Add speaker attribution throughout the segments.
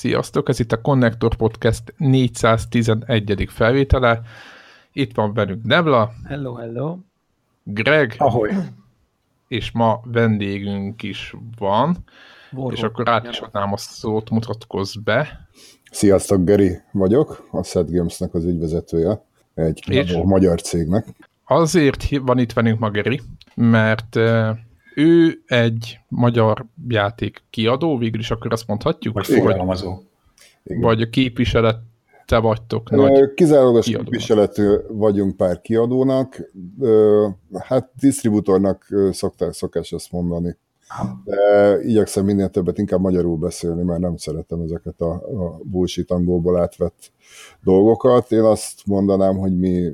Speaker 1: Sziasztok, ez itt a Connector Podcast 411. felvétele. Itt van velünk Devla.
Speaker 2: Hello, hello.
Speaker 1: Greg.
Speaker 2: Ahoy.
Speaker 1: És ma vendégünk is van.
Speaker 2: Borgó.
Speaker 1: És akkor át is adnám a szót, mutatkozz be.
Speaker 3: Sziasztok, Geri vagyok, a Set Games-nek az ügyvezetője, egy magyar cégnek.
Speaker 1: Azért van itt velünk ma Geri, mert ő egy magyar játék kiadó, végül is akkor azt mondhatjuk?
Speaker 2: Vagy forgalmazó.
Speaker 1: Vagy a képviselete vagytok
Speaker 3: Kizárólagos képviseletű vagyunk pár kiadónak, hát disztribútornak szokás ezt mondani. De igyekszem minél többet inkább magyarul beszélni, mert nem szeretem ezeket a bullshit angolból átvett dolgokat. Én azt mondanám, hogy mi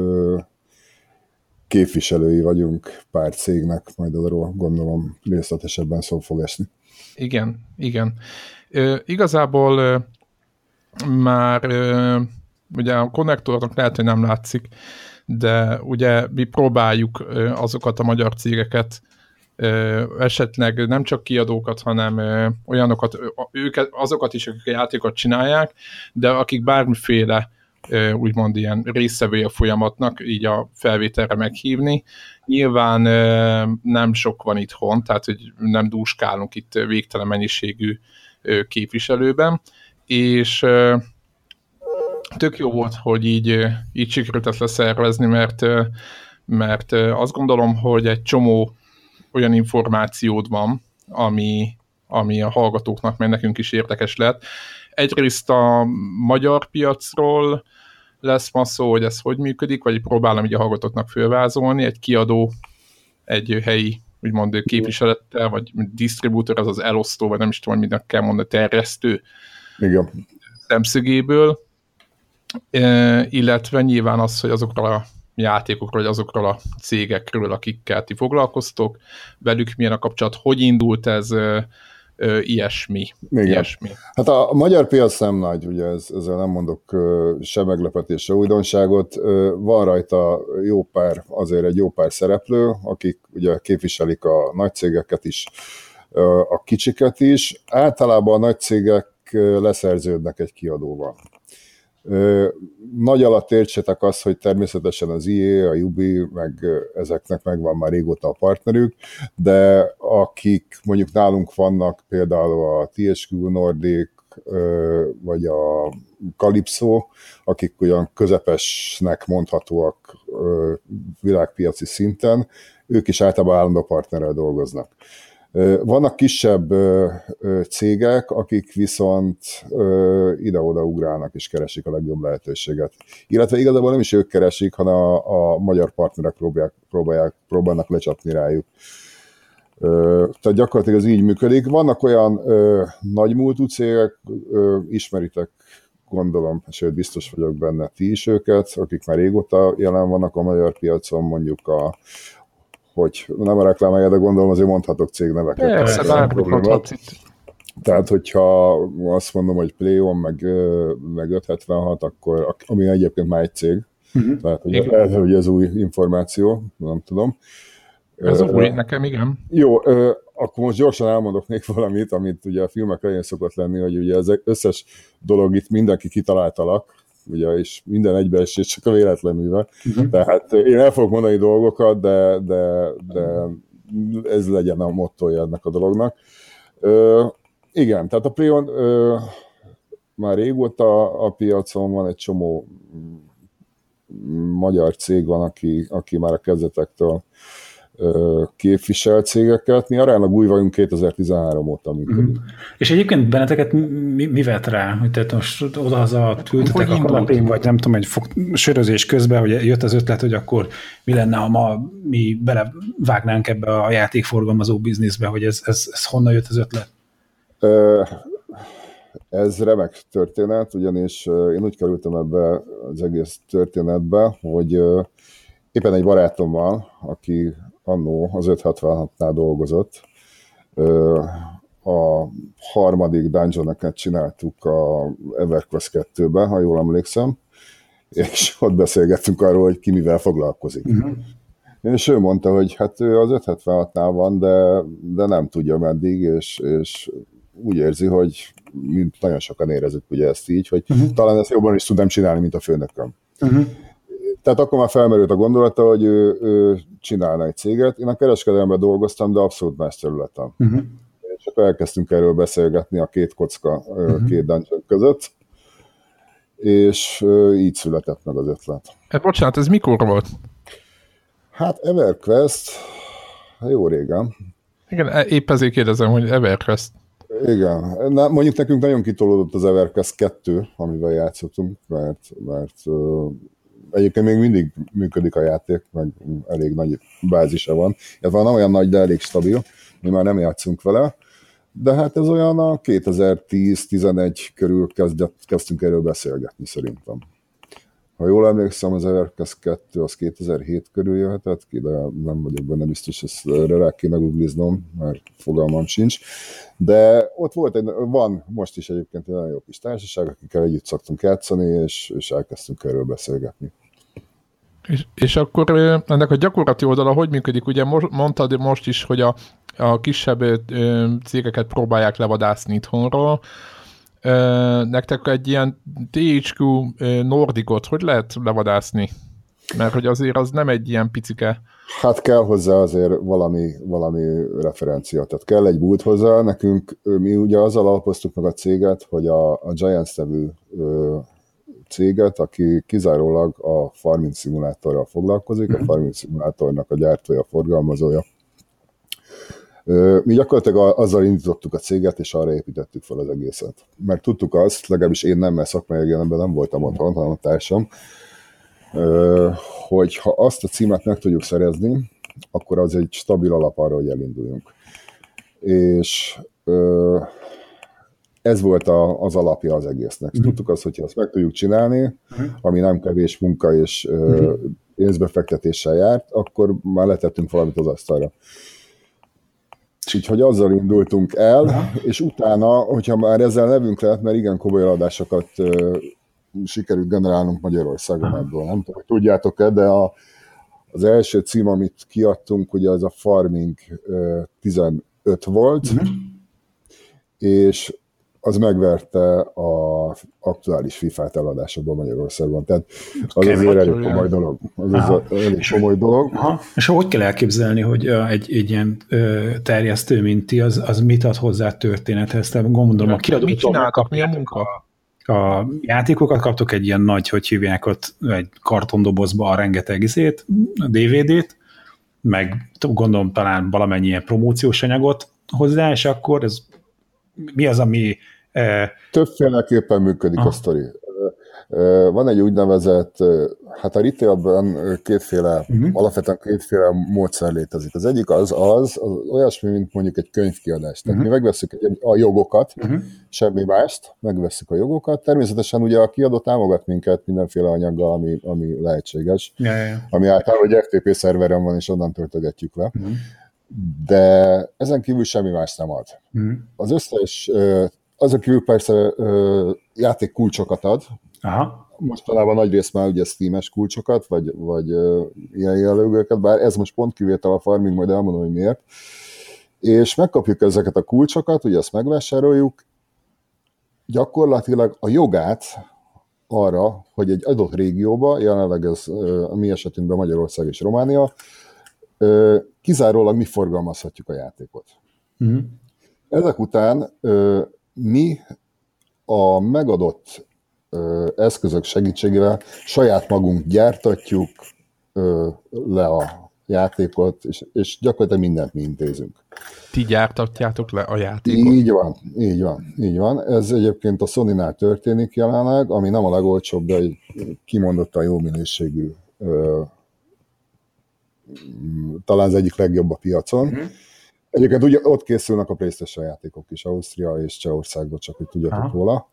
Speaker 3: képviselői vagyunk pár cégnek, majd arról gondolom részletesebben szó fog esni.
Speaker 1: Igen. Igazából már ugye a konnektornak lehet, hogy nem látszik, de ugye mi próbáljuk azokat a magyar cégeket, esetleg nem csak kiadókat, hanem olyanokat, azokat is, akik a játékot csinálják, de akik bármiféle úgymond ilyen résztvevője a folyamatnak, így a felvételre meghívni. Nyilván nem sok van itthon, tehát hogy nem dúskálunk itt végtelen mennyiségű képviselőben, és tök jó volt, hogy így sikerült ezt leszervezni, mert azt gondolom, hogy egy csomó olyan információd van, ami a hallgatóknak, mert nekünk is érdekes lett. Egyrészt a magyar piacról lesz ma szó, hogy ez hogy működik, vagy próbálom így a hallgatóknak fölvázolni. Egy kiadó, egy helyi, úgymond képviselettel, vagy disztribútor, az elosztó, vagy nem is tudom, mit kell mondani, terjesztő.
Speaker 3: Igen.
Speaker 1: Szemszögéből, illetve nyilván az, hogy azokról a játékokról, vagy azokról a cégekről, akikkel ti foglalkoztok, velük milyen a kapcsolat, hogy indult ez, ilyesmi.
Speaker 3: Hát a magyar piac nem nagy, ugye ezzel nem mondok se meglepetés, se újdonságot. Van rajta azért egy jó pár szereplő, akik ugye képviselik a nagy cégeket is, a kicsiket is. Általában a nagy cégek leszerződnek egy kiadóval. Nagy alatt értsetek azt, hogy természetesen az EA, a Ubi, meg ezeknek megvan már régóta a partnerük, de akik mondjuk nálunk vannak, például a THQ Nordic, vagy a Calypso, akik olyan közepesnek mondhatóak világpiaci szinten, ők is általában állandó partnerrel dolgoznak. Vannak kisebb cégek, akik viszont ide-oda ugrálnak és keresik a legjobb lehetőséget. Illetve igazából nem is ők keresik, hanem a magyar partnerek próbálnak lecsapni rájuk. Tehát gyakorlatilag ez így működik. Vannak olyan nagy múltú cégek, ismeritek, gondolom, sőt biztos vagyok benne ti is őket, akik már régóta jelen vannak a magyar piacon, mondjuk hogy nem a reklámálja, de gondolom azért mondhatok cégneveket.
Speaker 1: Persze, bármit mondhatsz itt.
Speaker 3: Tehát, hogyha azt mondom, hogy Playon, meg 576, akkor, ami egyébként már egy cég. Tehát, hogy ez új információ, nem tudom.
Speaker 1: Ez új nekem, igen.
Speaker 3: Jó, akkor most gyorsan elmondok még valamit, amit ugye a filmek elején szokott lenni, hogy ugye az összes dolog itt mindenki kitaláltalak, ugye, és minden egybeesés csak a véletlen műve. Tehát én el fogok mondani dolgokat, de ez legyen a mottoja ennek a dolognak. Igen, tehát a Playon már régóta a piacon van, egy csomó magyar cég van, aki már a kezdetektől képvisel cégeket. Mi aránylag új vagyunk 2013 óta működünk.
Speaker 2: És egyébként benneteket mi vett rá, hogy te most odahaza ültetek a kanapén, vagy nem tudom, egy sörözés közben, hogy jött az ötlet, hogy akkor mi lenne, ha ma mi belevágnánk ebbe a játékforgalmazó bizniszbe, hogy ez honnan jött az ötlet?
Speaker 3: Ez remek történet, ugyanis én úgy kerültem ebbe az egész történetbe, hogy éppen egy barátommal, aki annó az 566-nál dolgozott, a harmadik dungeon-eket csináltuk a EverQuest 2-ben, ha jól emlékszem, és ott beszélgettünk arról, hogy ki mivel foglalkozik. És ő mondta, hogy hát ő az 576-nál van, de nem tudja meddig, és úgy érzi, hogy mint nagyon sokan érezzük ugye ezt így, hogy talán ezt jobban is tudnám csinálni, mint a főnököm. Tehát akkor már felmerült a gondolata, hogy ő csinálna egy céget. Én a kereskedelemben dolgoztam, de abszolút más területen. És akkor elkezdtünk erről beszélgetni a két kocka, két dungeon között, és így született meg az ötlet.
Speaker 1: Bocsánat, ez mikor volt?
Speaker 3: Hát EverQuest, jó régen.
Speaker 1: Igen, épp ezért kérdezem, hogy EverQuest.
Speaker 3: Igen, mondjuk nekünk nagyon kitolódott az EverQuest 2, amivel játszottunk, mert egyébként még mindig működik a játék, meg elég nagy bázisa van. Ez van nem olyan nagy, de elég stabil, mi már nem játszunk vele, de hát ez olyan a 2010-11 körül kezdtünk erről beszélgetni szerintem. Ha jól emlékszem, az EverQuest 2 az 2007 körül jöhetett ki, de nem vagyok benne biztos, ezt rá kéne googliznom, mert fogalmam sincs. De ott van most is egyébként egy nagyon jó kis társaság, akikkel együtt szoktunk játszani, és elkezdtünk erről beszélgetni.
Speaker 1: És akkor ennek a gyakorlati oldala hogy működik? Ugye mondtad most is, hogy a kisebb cégeket próbálják levadászni itthonról. Nektek egy ilyen THQ Nordicot hogy lehet levadászni? Mert hogy azért az nem egy ilyen picike...
Speaker 3: Hát kell hozzá azért valami referencia, tehát kell egy bult hozzá. Nekünk, mi ugye azzal alapoztuk meg a céget, hogy a Giants nevű céget, aki kizárólag a farming szimulátorral foglalkozik, a farming szimulátornak a gyártója, forgalmazója. Mi gyakorlatilag azzal indítottuk a céget, és arra építettük fel az egészet. Mert tudtuk azt, legalábbis én nem, mert szakmai értelemben nem voltam otthon, hanem a társam, hogy ha azt a címet meg tudjuk szerezni, akkor az egy stabil alap arra, hogy elinduljunk. És ez volt az alapja az egésznek. Tudtuk azt, hogyha azt meg tudjuk csinálni, ami nem kevés munka és pénzbefektetéssel járt, akkor már letettünk valamit az asztalra. Úgyhogy azzal indultunk el, és utána, hogyha már ezzel nevünk lehet, mert igen komoly eladásokat sikerült generálnunk Magyarországon ebből. Nem tudom, hogy tudjátok-e, de az első cím, amit kiadtunk, ugye az a Farming 15 volt, és az megverte az aktuális FIFA-t eladásokban Magyarországon. Tehát az azért elég komoly dolog. Az elég komoly dolog.
Speaker 2: És hogy kell elképzelni, hogy egy ilyen terjesztő, mint ti, az mit ad hozzá a történethez? Tehát gondolom,
Speaker 1: mit csináltak, mi a munka?
Speaker 2: A játékokat kaptok egy ilyen nagy, hogy hívják ott, egy kartondobozba a rengeteg DVD-t, meg gondolom talán valamennyi ilyen promóciós anyagot hozzá, és akkor ez mi az, ami...
Speaker 3: Többféleképpen működik a sztori. Van egy úgynevezett, hát a retailben alapvetően kétféle módszer létezik. Az egyik az olyasmi, mint mondjuk egy könyvkiadás. Tehát mi megvesszük a jogokat, semmi mást, megvesszük a jogokat. Természetesen ugye a kiadó támogat minket mindenféle anyaggal, ami lehetséges. Ami általában egy FTP szerveren van, és onnan töltögetjük le. De ezen kívül semmi más nem ad. Az összes, azon kívül persze játékkulcsokat ad. Mostanában nagy rész már ugye Steam-es kulcsokat, vagy ilyen jelölőket, bár ez most pont kivétel a Farming, majd elmondom, hogy miért. És megkapjuk ezeket a kulcsokat, ugye ezt megvásároljuk, gyakorlatilag a jogát arra, hogy egy adott régióba, jelenleg ez a mi esetünkben Magyarország és Románia, kizárólag mi forgalmazhatjuk a játékot. Ezek után mi a megadott eszközök segítségével saját magunk gyártatjuk le a játékot, és gyakorlatilag mindent mi intézünk.
Speaker 1: Ti gyártatjátok le a játékot?
Speaker 3: Így van. Ez egyébként a Sony-nál történik jelenleg, ami nem a legolcsóbb, de kimondottan jó minőségű, talán az egyik legjobb a piacon. Egyébként ugye ott készülnek a PlayStation játékok is, Ausztria és Csehországban, csak hogy tudjatok róla.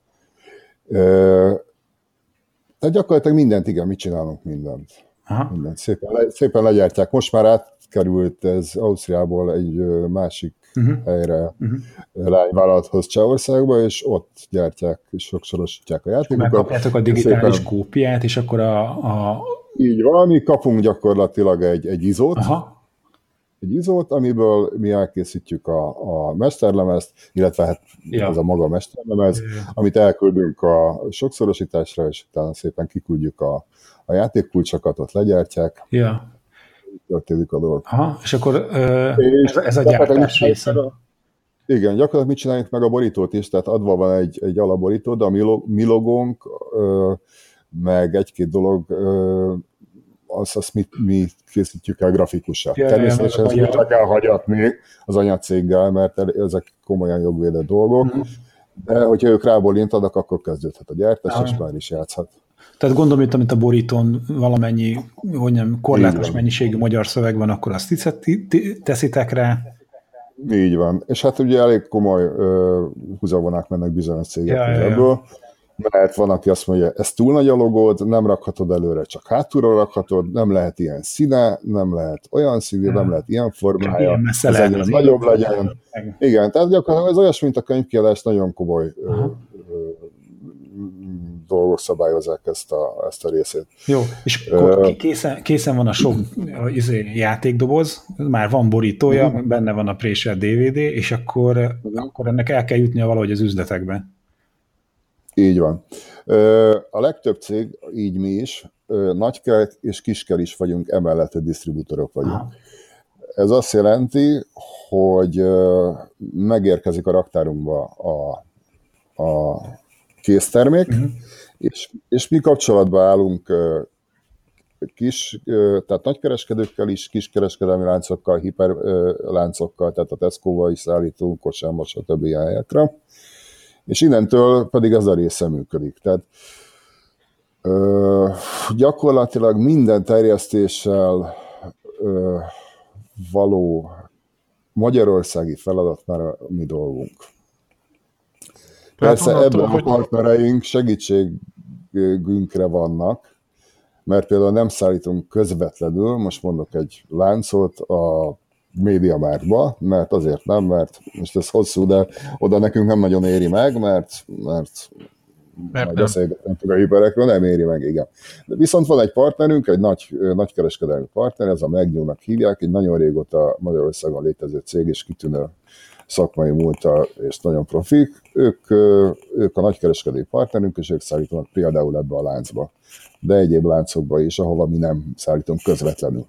Speaker 3: Tehát gyakorlatilag mindent, igen, mit csinálunk mindent. Mindent. Szépen legyártják. Most már átkerült ez Ausztriából egy másik helyre, lányvállalathoz Csehországba, és ott gyártják és soksorosítják a játékokat.
Speaker 2: Megkapjátok a digitális kópiát, és akkor
Speaker 3: Így van, mi kapunk gyakorlatilag egy izót, egy izót, amiből mi elkészítjük a mesterlemezt, illetve hát az a maga mesterlemez, amit elküldünk a sokszorosításra, és utána szépen kiküldjük a játékkulcsokat, ott legyártják.
Speaker 2: Ja.
Speaker 3: Történik a dolog.
Speaker 2: Aha, és akkor ez a gyártás része.
Speaker 3: Igen, gyakorlatilag mit csináljuk meg a borítót is, tehát adva van egy alapborító, de a mi logónk, meg egy-két dolog, azt mi készítjük el grafikussá. Természetesen ezt úgy kell hagyatni az anyacéggel, mert ezek komolyan jogvédett dolgok, de hogyha ők rábólintanak, akkor kezdődhet a gyártás, és már is játszhat.
Speaker 2: Tehát gondolom, hogy amit a borítón valamennyi, hogy nem, korlátos mennyiségű magyar szöveg van, akkor azt teszitek rá.
Speaker 3: Így van. És hát ugye elég komoly húzavonák mennek bizonyos cégek ebből, mert van, aki azt mondja, ez túl nagy a logód, nem rakhatod előre, csak hátulról rakhatod, nem lehet ilyen színe, nem lehet olyan színű, nem lehet ilyen formája, ez egyre nagyobb legyen. Igen, tehát gyakorlatilag ez olyasmi, mint a könyvkiadás, nagyon komoly dolgok szabályozzák ezt a részét.
Speaker 2: Jó, és akkor készen van a sok játékdoboz, már van borítója, benne van a préselt DVD, és akkor ennek el kell jutnia valahogy az üzletekbe.
Speaker 3: Így van. A legtöbb cég, így mi is, nagykel és kiskel is vagyunk, emellett a disztribútorok vagyunk. Aha. Ez azt jelenti, hogy megérkezik a raktárunkba a késztermék, és mi kapcsolatban állunk tehát nagykereskedőkkel is, kiskereskedelmi láncokkal, hiperláncokkal, tehát a Tesco-val is szállítunk, Kocsámba, stb. Helyekre. És innentől pedig ez a része működik. Tehát gyakorlatilag minden terjesztéssel való magyarországi feladat már a mi dolgunk. Persze ebben a partnereink segítségünkre vannak, mert például nem szállítunk közvetlenül, most mondok egy láncot a MediaMarktba, mert azért nem, mert most ez hosszú, de oda nekünk nem nagyon éri meg, mert beszélgetünk a hiperekről, nem éri meg, igen. De viszont van egy partnerünk, egy nagy kereskedelmi partner, ez a Megnyúlnak hívják, egy nagyon régóta Magyarországon létező cég, és kitűnő szakmai múlttal, és nagyon profik. Ők a nagykereskedői partnerünk, és ők szállítanak például ebbe a láncba. De egyéb láncokba is, ahova mi nem szállítunk közvetlenül.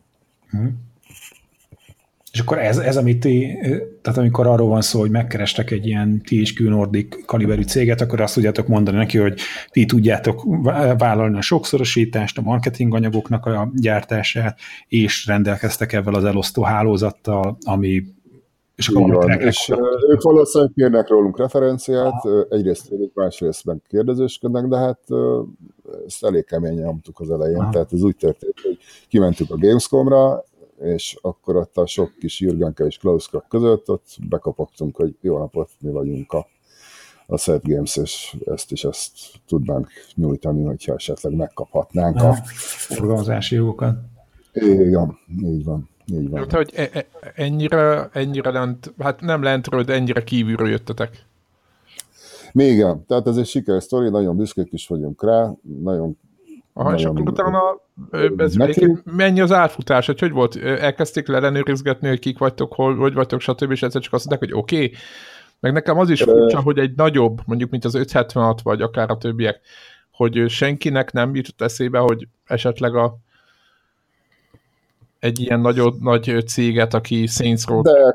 Speaker 2: És akkor ez amit tehát amikor arról van szó, hogy megkerestek egy ilyen THQ Nordic kaliberű céget, akkor azt tudjátok mondani neki, hogy ti tudjátok vállalni a sokszorosítást, a marketing anyagoknak a gyártását, és rendelkeztek ebben az elosztó hálózattal, ami
Speaker 3: és ők valószínűleg kérnek rólunk referenciát, egyrészt tőlük, másrészt meg kérdezősködnek, de hát ezt elég keményen nyomtuk az elején, tehát ez úgy történt, hogy kimentük a Gamescomra, és akkor ott a sok kis Jürgenke és Klauska között ott bekapogtunk, hogy jó napot, mi vagyunk a Set Games, és ezt tudnánk nyújtani, hogyha esetleg megkaphatnánk a
Speaker 2: forgalmazási jogokat.
Speaker 3: Igen, így van. Így van.
Speaker 1: Tehát, hogy ennyire lent, hát nem lentről, de ennyire kívülről jöttetek.
Speaker 3: Még igen, tehát ez egy sikersztori, nagyon büszkék is vagyunk rá, nagyon...
Speaker 1: És akkor utána mennyi az átfutás, hogy volt? Elkezdték ellenőrizgetni, hogy kik vagytok, hogy vagytok, stb. És egyszer csak azt mondták, hogy oké. Meg nekem az is furcsa, hogy egy nagyobb, mondjuk mint az 576, vagy akár a többiek, hogy senkinek nem jutott eszébe, hogy esetleg egy ilyen nagy céget, aki Saints Row...
Speaker 3: De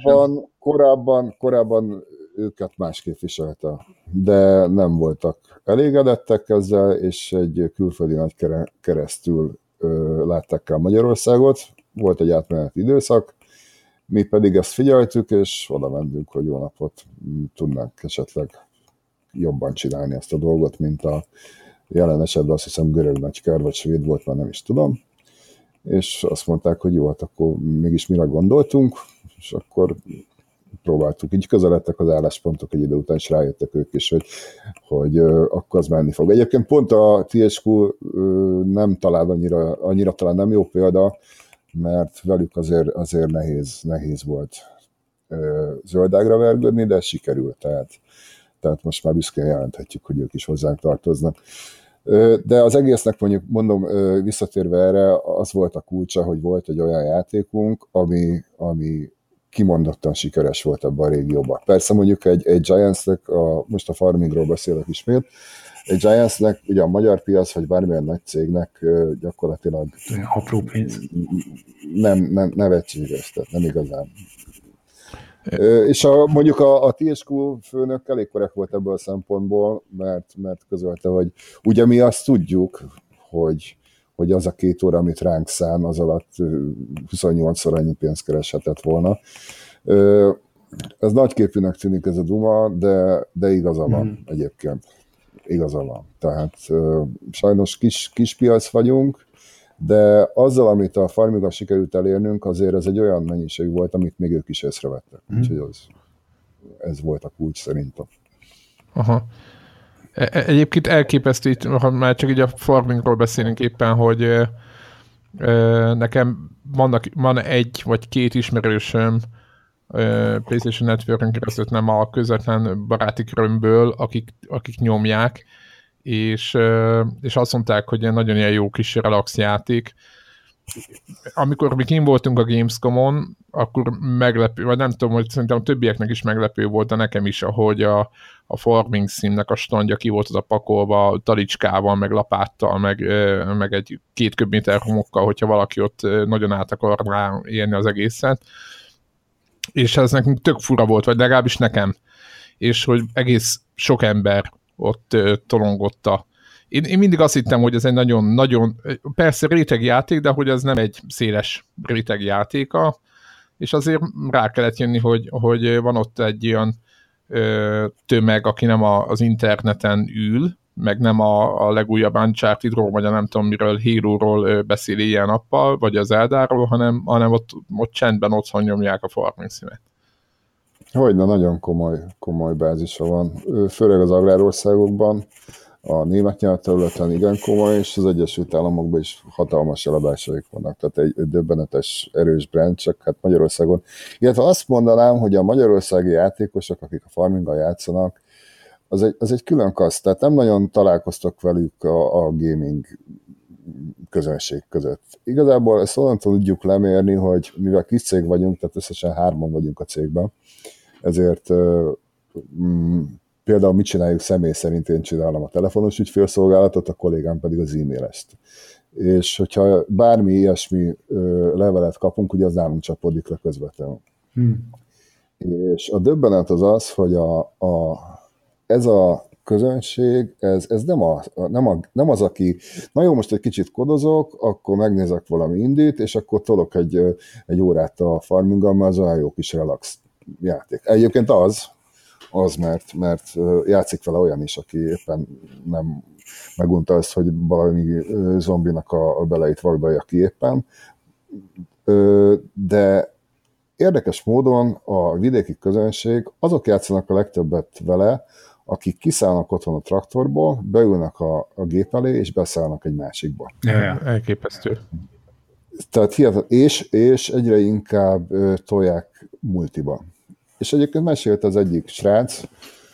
Speaker 3: korábban őket másképp viselte, de nem voltak elégedettek ezzel, és egy külföldi nagy keresztül látták el Magyarországot, volt egy átmeneti időszak, mi pedig ezt figyeltük, és oda mentünk, hogy jó napot, tudnánk esetleg jobban csinálni ezt a dolgot, mint a jelen esetben azt hiszem görög nagykár, vagy svéd volt, már nem is tudom, és azt mondták, hogy jó, hát akkor mégis mire gondoltunk, és akkor próbáltuk. Így közeledtek az álláspontok egy idő után, és rájöttek ők is, hogy akkor az menni fog. Egyébként pont a THQ nem talán annyira talán nem jó példa, mert velük azért nehéz volt zöldágra vergődni, de sikerült. Tehát most már büszkén jelenthetjük, hogy ők is hozzánk tartoznak. De az egésznek mondjuk, mondom, visszatérve erre, az volt a kulcsa, hogy volt egy olyan játékunk, ami kimondottan sikeres volt ebben a régióban. Persze mondjuk egy Giants-nek, most a farmingról beszélek ismét, egy Giants-nek, ugye a magyar piac, vagy bármilyen nagy cégnek gyakorlatilag
Speaker 2: apró pénz.
Speaker 3: Nem nevetséges, tehát nem igazán. És mondjuk a THQ főnök elég korrekt volt ebből a szempontból, mert közölte, hogy ugye mi azt tudjuk, hogy az a 2 óra, amit ránk szán, az alatt 28-szor annyi pénzt kereshetett volna. Ez nagyképűnek tűnik ez a duma, de igaza van egyébként. Igaza van. Tehát sajnos kis piac vagyunk, de azzal, amit a farminggal sikerült elérnünk, azért ez egy olyan mennyiség volt, amit még ők is észrevettek. Úgyhogy ez volt a kulcs szerintem. Aha.
Speaker 1: Egyébként elképesztő, ha már csak így a farmingról beszélünk éppen, hogy nekem van 1 vagy 2 ismerősöm PlayStation Network-ön keresztül, nem a közvetlen baráti körömből, akik nyomják, és azt mondták, hogy nagyon ilyen jó kis relax játék. Amikor mi kint voltunk a Gamescom-on, akkor meglepő, vagy nem tudom, hogy szerintem a többieknek is meglepő volt, de nekem is, ahogy a Farming Simnek a standja ki volt oda pakolva talicskával, meg lapáttal, meg egy 2 köbméter homokkal, hogyha valaki ott nagyon át akarná élni az egészet. És ez nekünk tök fura volt, vagy legalábbis nekem. És hogy egész sok ember ott tolongotta. Én mindig azt hittem, hogy ez egy nagyon-nagyon, persze rétegjáték, de hogy ez nem egy széles rétegjátéka, és azért rá kellett jönni, hogy van ott egy olyan tömeg, aki nem az interneten ül, meg nem a legújabb Uncharted-ról, vagy a nem tudom miről, Halo-ról beszél éjjel-nappal, vagy az Eldáról, hanem ott csendben otthon nyomják a Farming Simet.
Speaker 3: Hogyne, nagyon komoly bázisa van, főleg az agrárországokban, a német nyelvterületen igen komoly, és az Egyesült Államokban is hatalmas eladásaik vannak, tehát egy döbbenetes, erős brand, csak hát Magyarországon. Illetve azt mondanám, hogy a magyarországi játékosok, akik a farminggal játszanak, az egy külön kaszt, tehát nem nagyon találkoztak velük a gaming közönség között. Igazából ezt onnan tudjuk lemérni, hogy mivel kis cég vagyunk, tehát összesen 3-an vagyunk a cégben, ezért például mit csináljuk személy szerint, én csinálom a telefonos ügyfélszolgálatot, a kollégám pedig az e-mailest. És hogyha bármi ilyesmi levelet kapunk, ugye az nálunk csapódik le közvetlenül. És a döbbenet az, hogy ez a közönség, ez nem az, aki, na jó, most egy kicsit kodozok, akkor megnézek valami indít, és akkor tolok egy órát a farminggal, mert az olyan jó kis relax játék. Egyébként az, mert játszik vele olyan is, aki éppen nem megunta azt, hogy valami zombinak a beleit vagdalja ki éppen. De érdekes módon a vidéki közönség, azok játszanak a legtöbbet vele, akik kiszállnak otthon a traktorból, beülnek a gép elé, és beszállnak egy másikba.
Speaker 1: Elképesztő.
Speaker 3: Tehát és egyre inkább tolják multiba. És egyébként mesélt az egyik srác,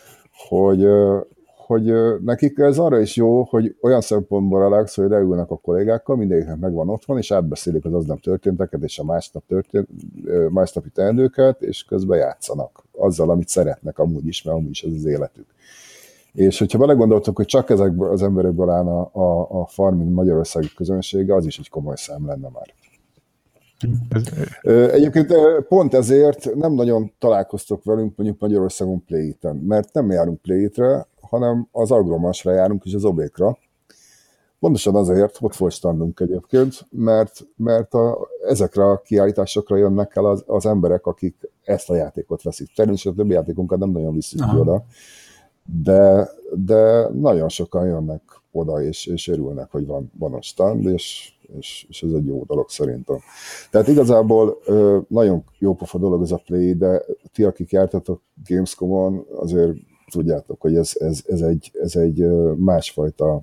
Speaker 3: hogy nekik ez arra is jó, hogy olyan szempontból relax, hogy leülnek a kollégákkal, mindegyiknek megvan otthon, és átbeszélik az aznap történteket, és a másnapi teendőket, és közben játszanak azzal, amit szeretnek amúgy is, mert amúgy is ez az életük. És hogyha belegondoltok, hogy csak ezekből az emberekből állna a farming magyarországi közönsége, az is egy komoly szám lenne már. Egyébként pont ezért nem nagyon találkoztok velünk mondjuk Magyarországon Play-It-en, mert nem járunk Play-It-re, hanem az Agromasra járunk és az Obékra. Pontosan azért, ott volt standunk egyébként, mert ezekre a kiállításokra jönnek el az emberek, akik ezt a játékot veszik. Természetesen a többi játékunkat nem nagyon viszik oda, de nagyon sokan jönnek oda, és örülnek, hogy van a stand, és ez egy jó dolog szerintem. Tehát igazából nagyon jó pofa dolog ez a Play, de ti, akik jártatok Gamescom-on, azért tudjátok, hogy ez egy másfajta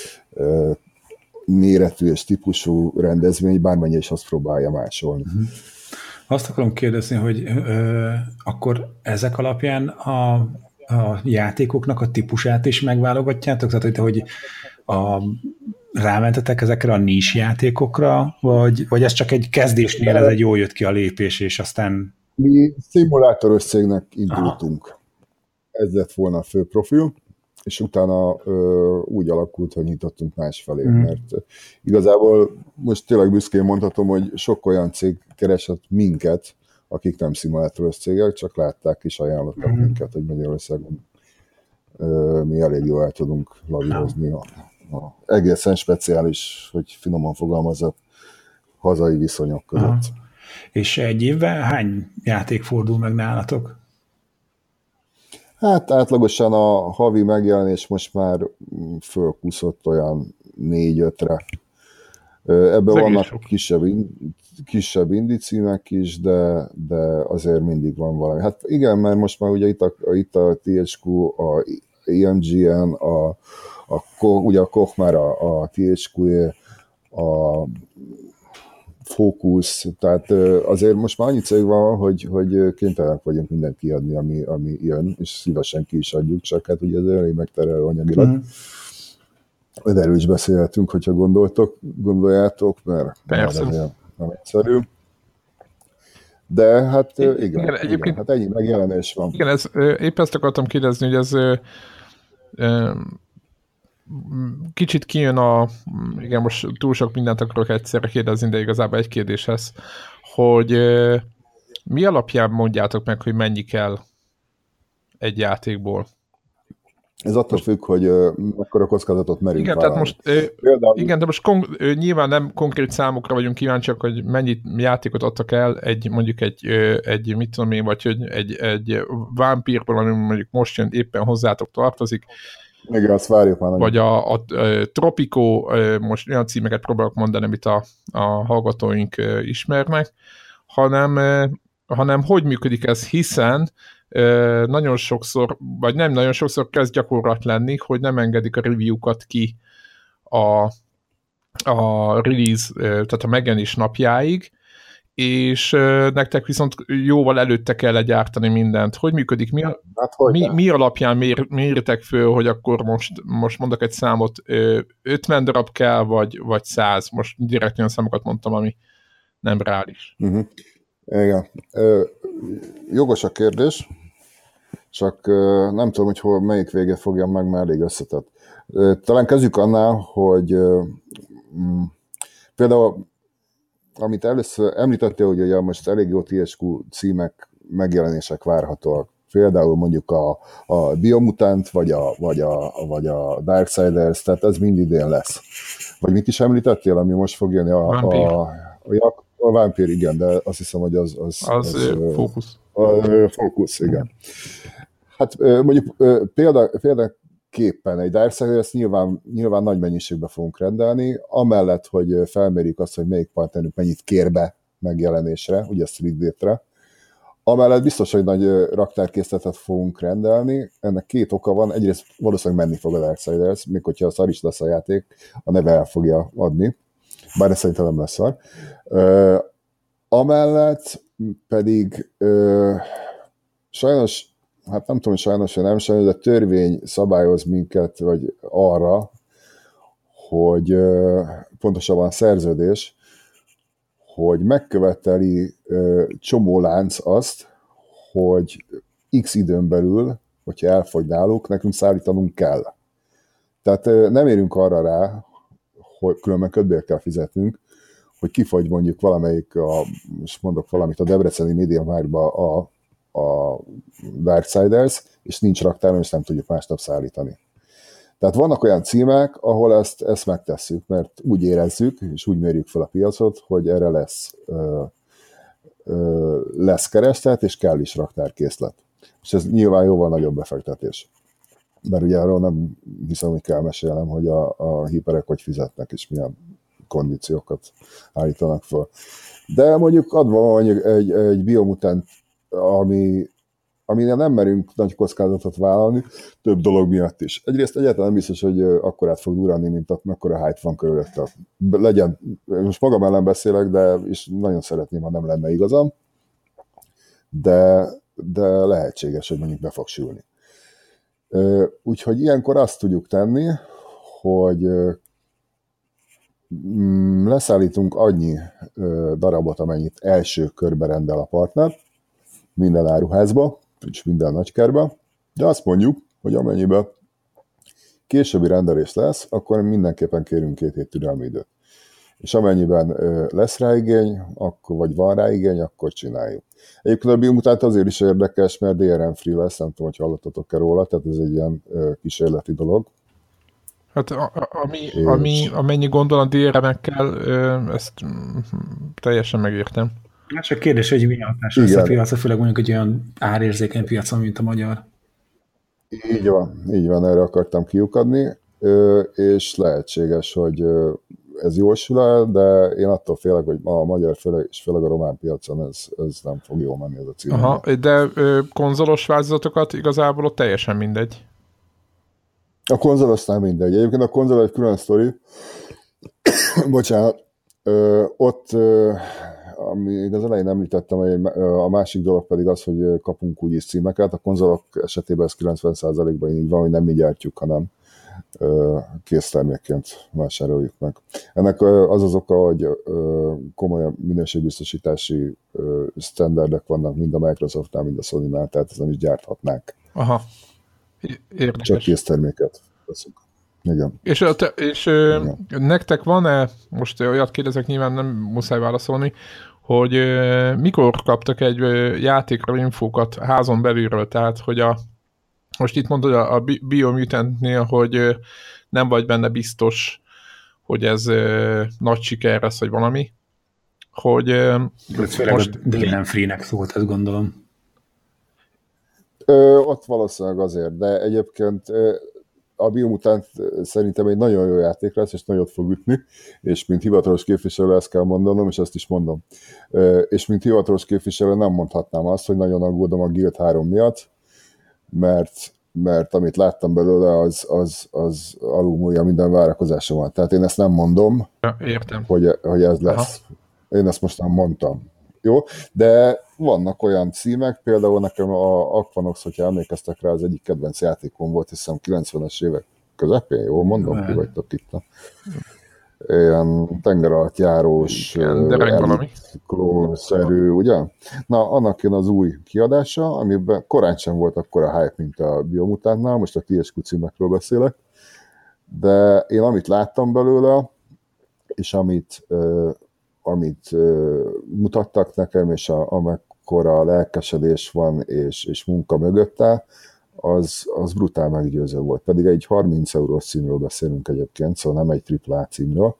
Speaker 3: méretű és típusú rendezvény, bármennyi is azt próbálja másolni.
Speaker 2: Azt akarom kérdezni, hogy akkor ezek alapján a játékoknak a típusát is megválogatjátok? Tehát, hogy rámentetek ezekre a nis játékokra, vagy ez csak egy kezdésnél, ez egy jól jött ki a lépés, és aztán...
Speaker 3: Mi szimulátoros cégnek indultunk. Aha. Ez lett volna a fő profil, és utána úgy alakult, hogy nyitottunk másfelé, mert igazából most tényleg büszkén mondhatom, hogy sok olyan cég keresett minket, akik nem szimulátoros cégek, csak látták és ajánlottak minket, hogy Magyarországon mi elég jól el tudunk lavírozni a egészen speciális, hogy finoman fogalmazott, hazai viszonyok között. Aha.
Speaker 2: És egy évben hány játék fordul meg nálatok?
Speaker 3: Hát átlagosan a havi megjelenés most már fölkúszott olyan 4-5-re. Ebben vannak kisebb indie címek is, de azért mindig van valami. Hát igen, mert most már ugye itt a THQ, a IMGN, ugye a Koch már a THQ-é, a Focus, tehát azért most már annyi cég van, hogy kénytelenek vagyunk mindent kiadni, ami jön, és szívesen ki is adjuk, csak hát ugye ez elég megterelő anyagilag. De erről is beszélhetünk, hogyha gondoljátok, mert
Speaker 1: persze.
Speaker 3: Nem egyszerű. De hát igen, egyébként, hát ennyi megjelenés van.
Speaker 1: Igen, épp ezt akartam kérdezni, hogy ez kicsit kijön igen, most túl sok mindent akarok egyszerre kérdezni, de igazából egy kérdéshez, hogy mi alapján mondjátok meg, hogy mennyi kell egy játékból?
Speaker 3: Ez attól függ, hogy mekkora kockázatot merünk
Speaker 1: igen,
Speaker 3: vállalni.
Speaker 1: Igen, de most nyilván nem konkrét számokra vagyunk kíváncsiak, hogy mennyit játékot adtak el mondjuk egy mit tudom én, vagy hogy egy vámpírból, ami mondjuk most jön, éppen hozzátok tartozik.
Speaker 3: Igen, azt várjuk már.
Speaker 1: Vagy a Tropico, most olyan címeket próbálok mondani, amit a hallgatóink ismernek, hanem hogy működik ez, hiszen nagyon sokszor, vagy nem nagyon sokszor kezd gyakorlat lenni, hogy nem engedik a review-kat ki a release, tehát a megjelenés napjáig, és nektek viszont jóval előtte kell legyártani mindent. Hogy működik? Mi alapján méritek föl, hogy akkor most mondok egy számot, 50 darab kell, vagy 100? Most direkt olyan számokat mondtam, ami nem reális.
Speaker 3: Igen. Jogos a kérdés, csak nem tudom, hogy melyik vége fogjam meg, már elég összetett. Talán kezdjük annál, hogy például amit először említettél, hogy ugye most elég jó THQ címek, megjelenések várhatóak. Például mondjuk a Biomutant, vagy a Darksiders, tehát ez mind idén lesz. Vagy mit is említettél, ami most fog jönni? A Vampír, igen, de azt hiszem, hogy az
Speaker 1: Focus.
Speaker 3: Focus, igen. Hát mondjuk példaképpen egy Darksiders nyilván nagy mennyiségbe fogunk rendelni, amellett, hogy felmérjük azt, hogy melyik partnerünk mennyit kér be megjelenésre, ugye a Street Date-re. Amellett biztos, hogy nagy raktárkészletet fogunk rendelni. Ennek két oka van. Egyrészt valószínűleg menni fog a Darksiders, még hogyha szar is lesz a játék, a neve el fogja adni. Bár ez szerintem nem lesz szar. Amellett pedig sajnos, hát nem tudom, hogy sajnos, vagy nem sajnos, de törvény szabályoz minket, vagy arra, hogy pontosabban a szerződés, hogy megköveteli csomó lánc azt, hogy x időn belül, hogyha elfogy náluk, nekünk szállítanunk kell. Tehát nem érünk arra rá, hogy különben kötbért kell fizetnünk, hogy kifogy mondjuk valamelyik, most mondok valamit, a debreceni MediaMarktba a Darksiders, és nincs raktáron, és nem tudjuk másnap szállítani. Tehát vannak olyan címek, ahol ezt megtesszük, mert úgy érezzük, és úgy mérjük fel a piacot, hogy erre lesz kereslet, és kell is raktárkészlet. És ez nyilván jóval nagyobb befektetés. Mert ugye arról nem hiszem, hogy kell mesélnem, hogy a hiperek hogy fizetnek, és milyen kondíciókat állítanak fel. De mondjuk adva mondjuk egy Biomutant, aminél nem merünk nagy kockázatot vállalni, több dolog miatt is. Egyrészt egyáltalán nem biztos, hogy akkorát fog durrani, mint mekkora hype van körülötte. Legyen, most magam ellen beszélek, de és nagyon szeretném, ha nem lenne igazam, de lehetséges, hogy mondjuk be fog sülni. Úgyhogy ilyenkor azt tudjuk tenni, hogy leszállítunk annyi darabot, amennyit első körbe rendel a partner, minden áruházba, és minden nagykerbe, de azt mondjuk, hogy amennyiben későbbi rendelés lesz, akkor mindenképpen kérünk 2 hét türelmi időt. És amennyiben lesz rá igény, akkor, vagy van rá igény, akkor csináljuk. Egyébként a Biomutant azért is érdekes, mert DRM-free lesz, nem tudom, hogy hallottatok-e róla, tehát ez egy ilyen kísérleti dolog.
Speaker 1: Hát amennyi gondol a DRM-ekkel, ezt teljesen megértem.
Speaker 2: Hát csak kérdés, hogy milyen hatás lesz a piacra, főleg mondjuk egy olyan árérzékeny piacon, mint a magyar.
Speaker 3: Így van, erre akartam kiukadni, és lehetséges, hogy ez jósul el, de én attól félek, hogy a magyar és főleg a román piacon ez nem fog jól menni ez a cím.
Speaker 1: Aha, de konzolos változatokat igazából ott teljesen mindegy.
Speaker 3: A konzolosnál mindegy. Egyébként a konzol egy külön sztori. Bocsánat. Ott, amit az elején említettem, a másik dolog pedig az, hogy kapunk úgyis címeket. A konzolok esetében ez 90%-ban így van, hogy nem mi gyártjuk, hanem késztermékként vásároljuk meg. Ennek az oka, hogy komoly minőségbiztosítási standardek vannak mind a Microsoftnál, mind a Sony-nál, tehát ez nem is gyárthatnánk.
Speaker 1: Aha. Érdekes.
Speaker 3: Csak készterméket veszünk. Igen.
Speaker 1: És nektek van-e, most olyat kérdezek, nyilván nem muszáj válaszolni, hogy mikor kaptak egy játékra infókat házon belülről, tehát hogy most itt mondod a Biomutantnél, hogy nem vagy benne biztos, hogy ez nagy siker lesz, vagy valami, hogy
Speaker 2: most DRM-free-nek szólt, ezt gondolom.
Speaker 3: Ott valószínűleg azért, de egyébként a Biomutant szerintem egy nagyon jó játék lesz, és nagyot fog ütni, és mint hivatalos képviselő ezt kell mondanom, és ezt is mondom. És mint hivatalos képviselő nem mondhatnám azt, hogy nagyon aggódom a Guild 3 miatt, mert amit láttam belőle, az alulmúlja minden várakozásomat. Tehát én ezt nem mondom,
Speaker 1: értem.
Speaker 3: Hogy ez lesz. Aha. Én ezt most nem mondtam. Jó, de vannak olyan címek, például nekem a Aquanox, hogyha emlékeztek rá, az egyik kedvenc játékom volt, hiszem 90-es évek közepén, jól mondom, ki vagytok itt. Ilyen tengeralattjárós, klónszerű, ugye? Na, annak jön az új kiadása, amiben korán sem volt akkora hype, mint a Biomutantnál, most a TSQ címekről beszélek, de én amit láttam belőle, és amit mutattak nekem, és amekkora lelkesedés van, és munka mögötte, az brutál meggyőző volt. Pedig egy 30 eurós címről beszélünk egyébként, szóval nem egy AAA címről.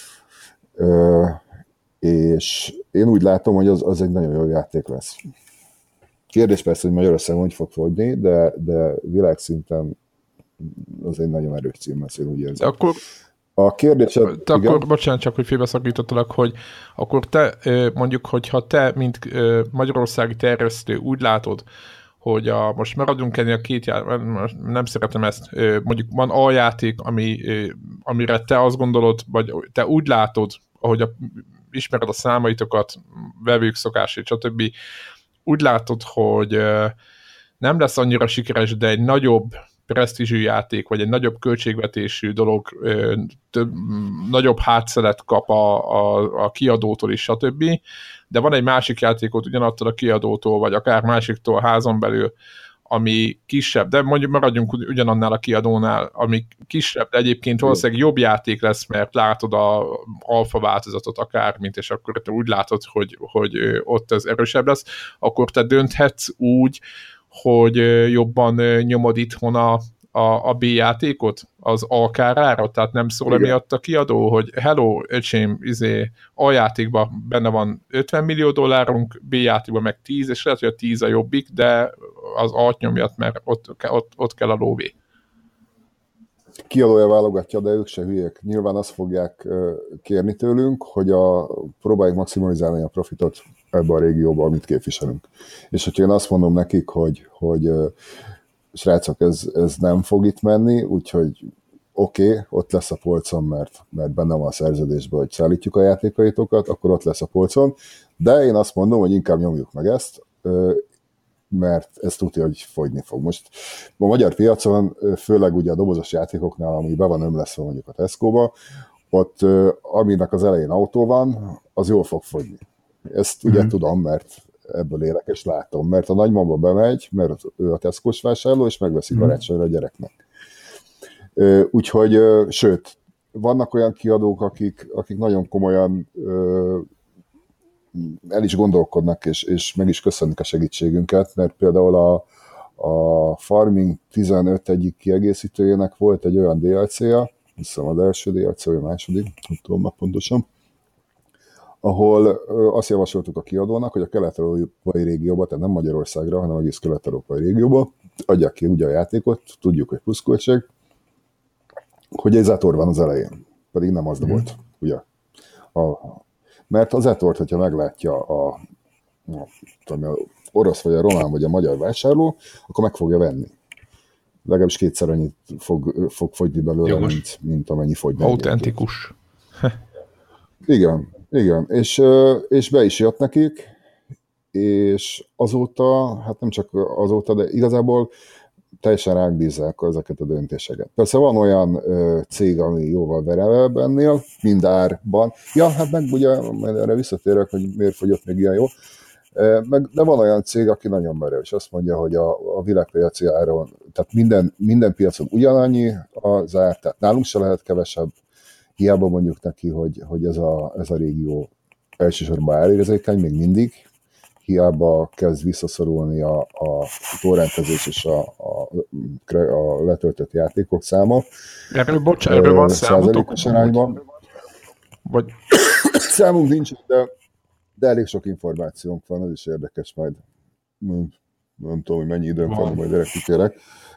Speaker 3: És én úgy látom, hogy az egy nagyon jó játék lesz. Kérdés persze, hogy Magyarországon hogy fog fogyni, de világszinten az egy nagyon erős cím lesz, én úgy érzem.
Speaker 1: Akkor
Speaker 3: a kérdés...
Speaker 1: Akkor, bocsánat, csak hogy félbeszakítottalak, hogy akkor te, mondjuk, hogyha te, mint magyarországi terjesztő úgy látod, hogy most maradjunk ennél a két játék, nem szeretem ezt, mondjuk van A játék, amire te azt gondolod, vagy te úgy látod, ahogy ismered a számaitokat, vevők szokásait, stb. Úgy látod, hogy nem lesz annyira sikeres, de egy nagyobb presztízsű játék, vagy egy nagyobb költségvetésű dolog, nagyobb hátszelet kap a kiadótól is, stb. De van egy másik játékot ugyanattól a kiadótól, vagy akár másiktól házon belül, ami kisebb, de mondjuk maradjunk ugyanannál a kiadónál, ami kisebb, de egyébként valószínűleg jobb játék lesz, mert látod a alfa változatot akármint, és akkor te úgy látod, hogy ott ez erősebb lesz, akkor te dönthetsz úgy, hogy jobban nyomod itthon a B játékot az A kárára, tehát nem szól emiatt a kiadó, hogy hello, öcsém, A játékban benne van 50 millió dollárunk, B játékban meg 10, és lehet, hogy a 10 a jobbik, de az A-t nyomjat, mert ott kell a lóvé.
Speaker 3: Kiadója válogatja, de ők se hülyék. Nyilván azt fogják kérni tőlünk, hogy próbáljuk maximalizálni a profitot ebben a régióban, amit képviselünk. És hogyha én azt mondom nekik, hogy srácok, ez nem fog itt menni, úgyhogy oké, ott lesz a polcon, mert benne van a szerződésben, hogy szállítjuk a játékaitokat, akkor ott lesz a polcon, de én azt mondom, hogy inkább nyomjuk meg ezt, mert ez tudja, hogy fogyni fog. Most a magyar piacon, főleg ugye a dobozos játékoknál, ami be van ömleszve mondjuk a Tesco-ba, ott aminek az elején autó van, az jól fog fogyni. Ezt ugye tudom, mert ebből élek, és látom, mert a nagymama bemegy, mert ő a Tesco-s vásárló, és megveszi karácsonyra a gyereknek. Úgyhogy, sőt, vannak olyan kiadók, akik nagyon komolyan el is gondolkodnak, és meg is köszönnek a segítségünket, mert például a Farming 15 egyik kiegészítőjének volt egy olyan DLC-ja, hiszem az első DLC, vagy a második, nem tudom már pontosan, ahol azt javasoltuk a kiadónak, hogy a kelet-európai régióba, tehát nem Magyarországra, hanem egész kelet-európai régióba adják ki ugye a játékot, tudjuk, hogy pluszköltség, hogy egy Zetor van az elején, pedig nem az volt, ugye. Mert az Zetort, hogyha meglátja a orosz, vagy a román, vagy a magyar vásárló, akkor meg fogja venni. Legalábbis kétszer annyit fog fogyni belőle, mint amennyi fogy.
Speaker 1: Autentikus.
Speaker 3: Igen. És be is jött nekik, és azóta, hát nem csak azóta, de igazából teljesen ránk bízzák ezeket a döntéseket. Persze van olyan cég, ami jóval verevebb ennél, mind árban. Ja, hát meg ugye, majd erre visszatérek, hogy miért fogyott még ilyen jó. De van olyan cég, aki nagyon merev, és azt mondja, hogy a világpiaci áron, tehát minden piacon ugyanannyi az ár, tehát nálunk se lehet kevesebb, hiába mondjuk neki, hogy ez a régió elsősorban árérzékeny, még mindig, hiába kezd visszaszorulni a torrentezés és a letöltött játékok száma.
Speaker 1: Erről van
Speaker 3: százalékos arányban.
Speaker 1: Vagy...
Speaker 3: Számunk nincs, de elég sok információnk van, ez is érdekes majd. Nem tudom, hogy mennyi időnk van, majd erre kitérek.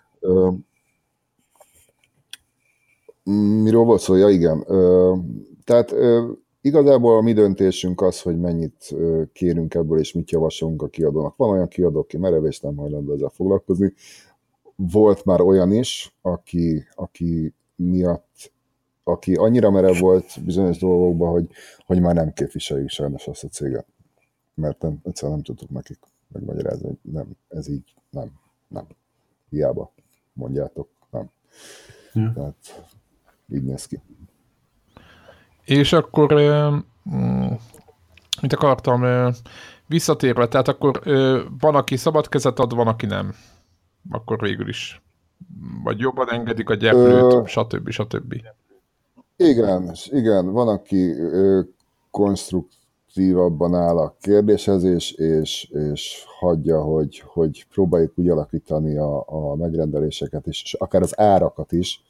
Speaker 3: Miről volt szó? Ja, igen. Tehát igazából a mi döntésünk az, hogy mennyit kérünk ebből, és mit javasolunk a kiadónak. Van olyan kiadó, aki merev, és nem hajlandó ezzel foglalkozni. Volt már olyan is, aki annyira merev volt bizonyos dolgokban, hogy már nem képviseljük sajnos azt a céget. Mert egyszerűen nem tudtuk nekik megmagyarázni, hogy nem, ez így nem. Hiába mondjátok, nem. Ja. Tehát így néz ki.
Speaker 1: És akkor mit akartam, visszatérve, tehát akkor van, aki szabad kezet ad, van, aki nem. Akkor végül is. Vagy jobban engedik a gyeplőt, stb.
Speaker 3: Igen, van, aki konstruktívabban áll a kérdéshez, és hagyja, hogy próbáljuk úgy alakítani a megrendeléseket is, és akár az árakat is,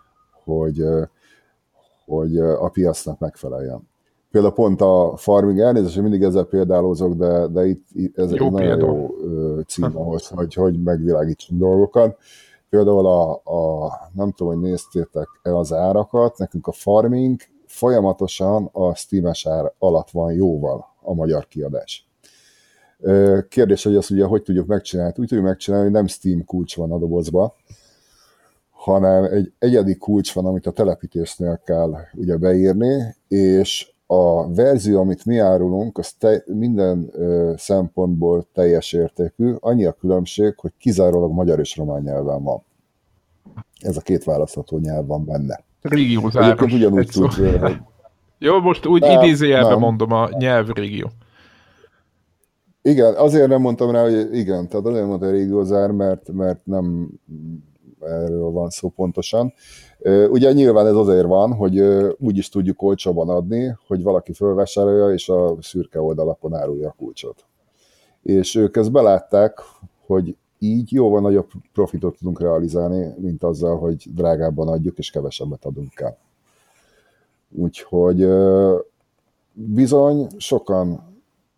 Speaker 3: hogy a piacnak megfeleljen. Például pont a Farming, elnézést, hogy mindig ezzel példálózok, de itt ez egy nagyon jó cím ahhoz, hogy megvilágítsunk dolgokat. Például nem tudom, hogy néztétek-e az árakat, nekünk a Farming folyamatosan a Steam-es ár alatt van jóval a magyar kiadás. Kérdés, hogy ezt ugye hogy tudjuk megcsinálni? Úgy tudjuk megcsinálni, hogy nem Steam kulcs van a dobozba, hanem egy egyedi kulcs van, amit a telepítésnél kell ugye beírni, és a verzió, amit mi árulunk, az minden szempontból teljes értékű, annyi a különbség, hogy kizárólag magyar és román nyelven van. Ez a két választható nyelv van benne.
Speaker 1: Régiózáros.
Speaker 3: Ugyanúgy tud, hogy...
Speaker 1: Jó, most úgy idézőjelben mondom a nyelvrégió.
Speaker 3: Igen, azért nem mondtam rá, hogy igen, tehát azért mondtam, hogy régiózár, mert nem erről van szó pontosan. Ugye nyilván ez azért van, hogy úgy is tudjuk olcsóban adni, hogy valaki fölvásárolja, és a szürke oldalakon árulja a kulcsot. És ők ezt belátták, hogy így jóval nagyobb profitot tudunk realizálni, mint azzal, hogy drágábban adjuk, és kevesebbet adunk el. Úgyhogy bizony sokan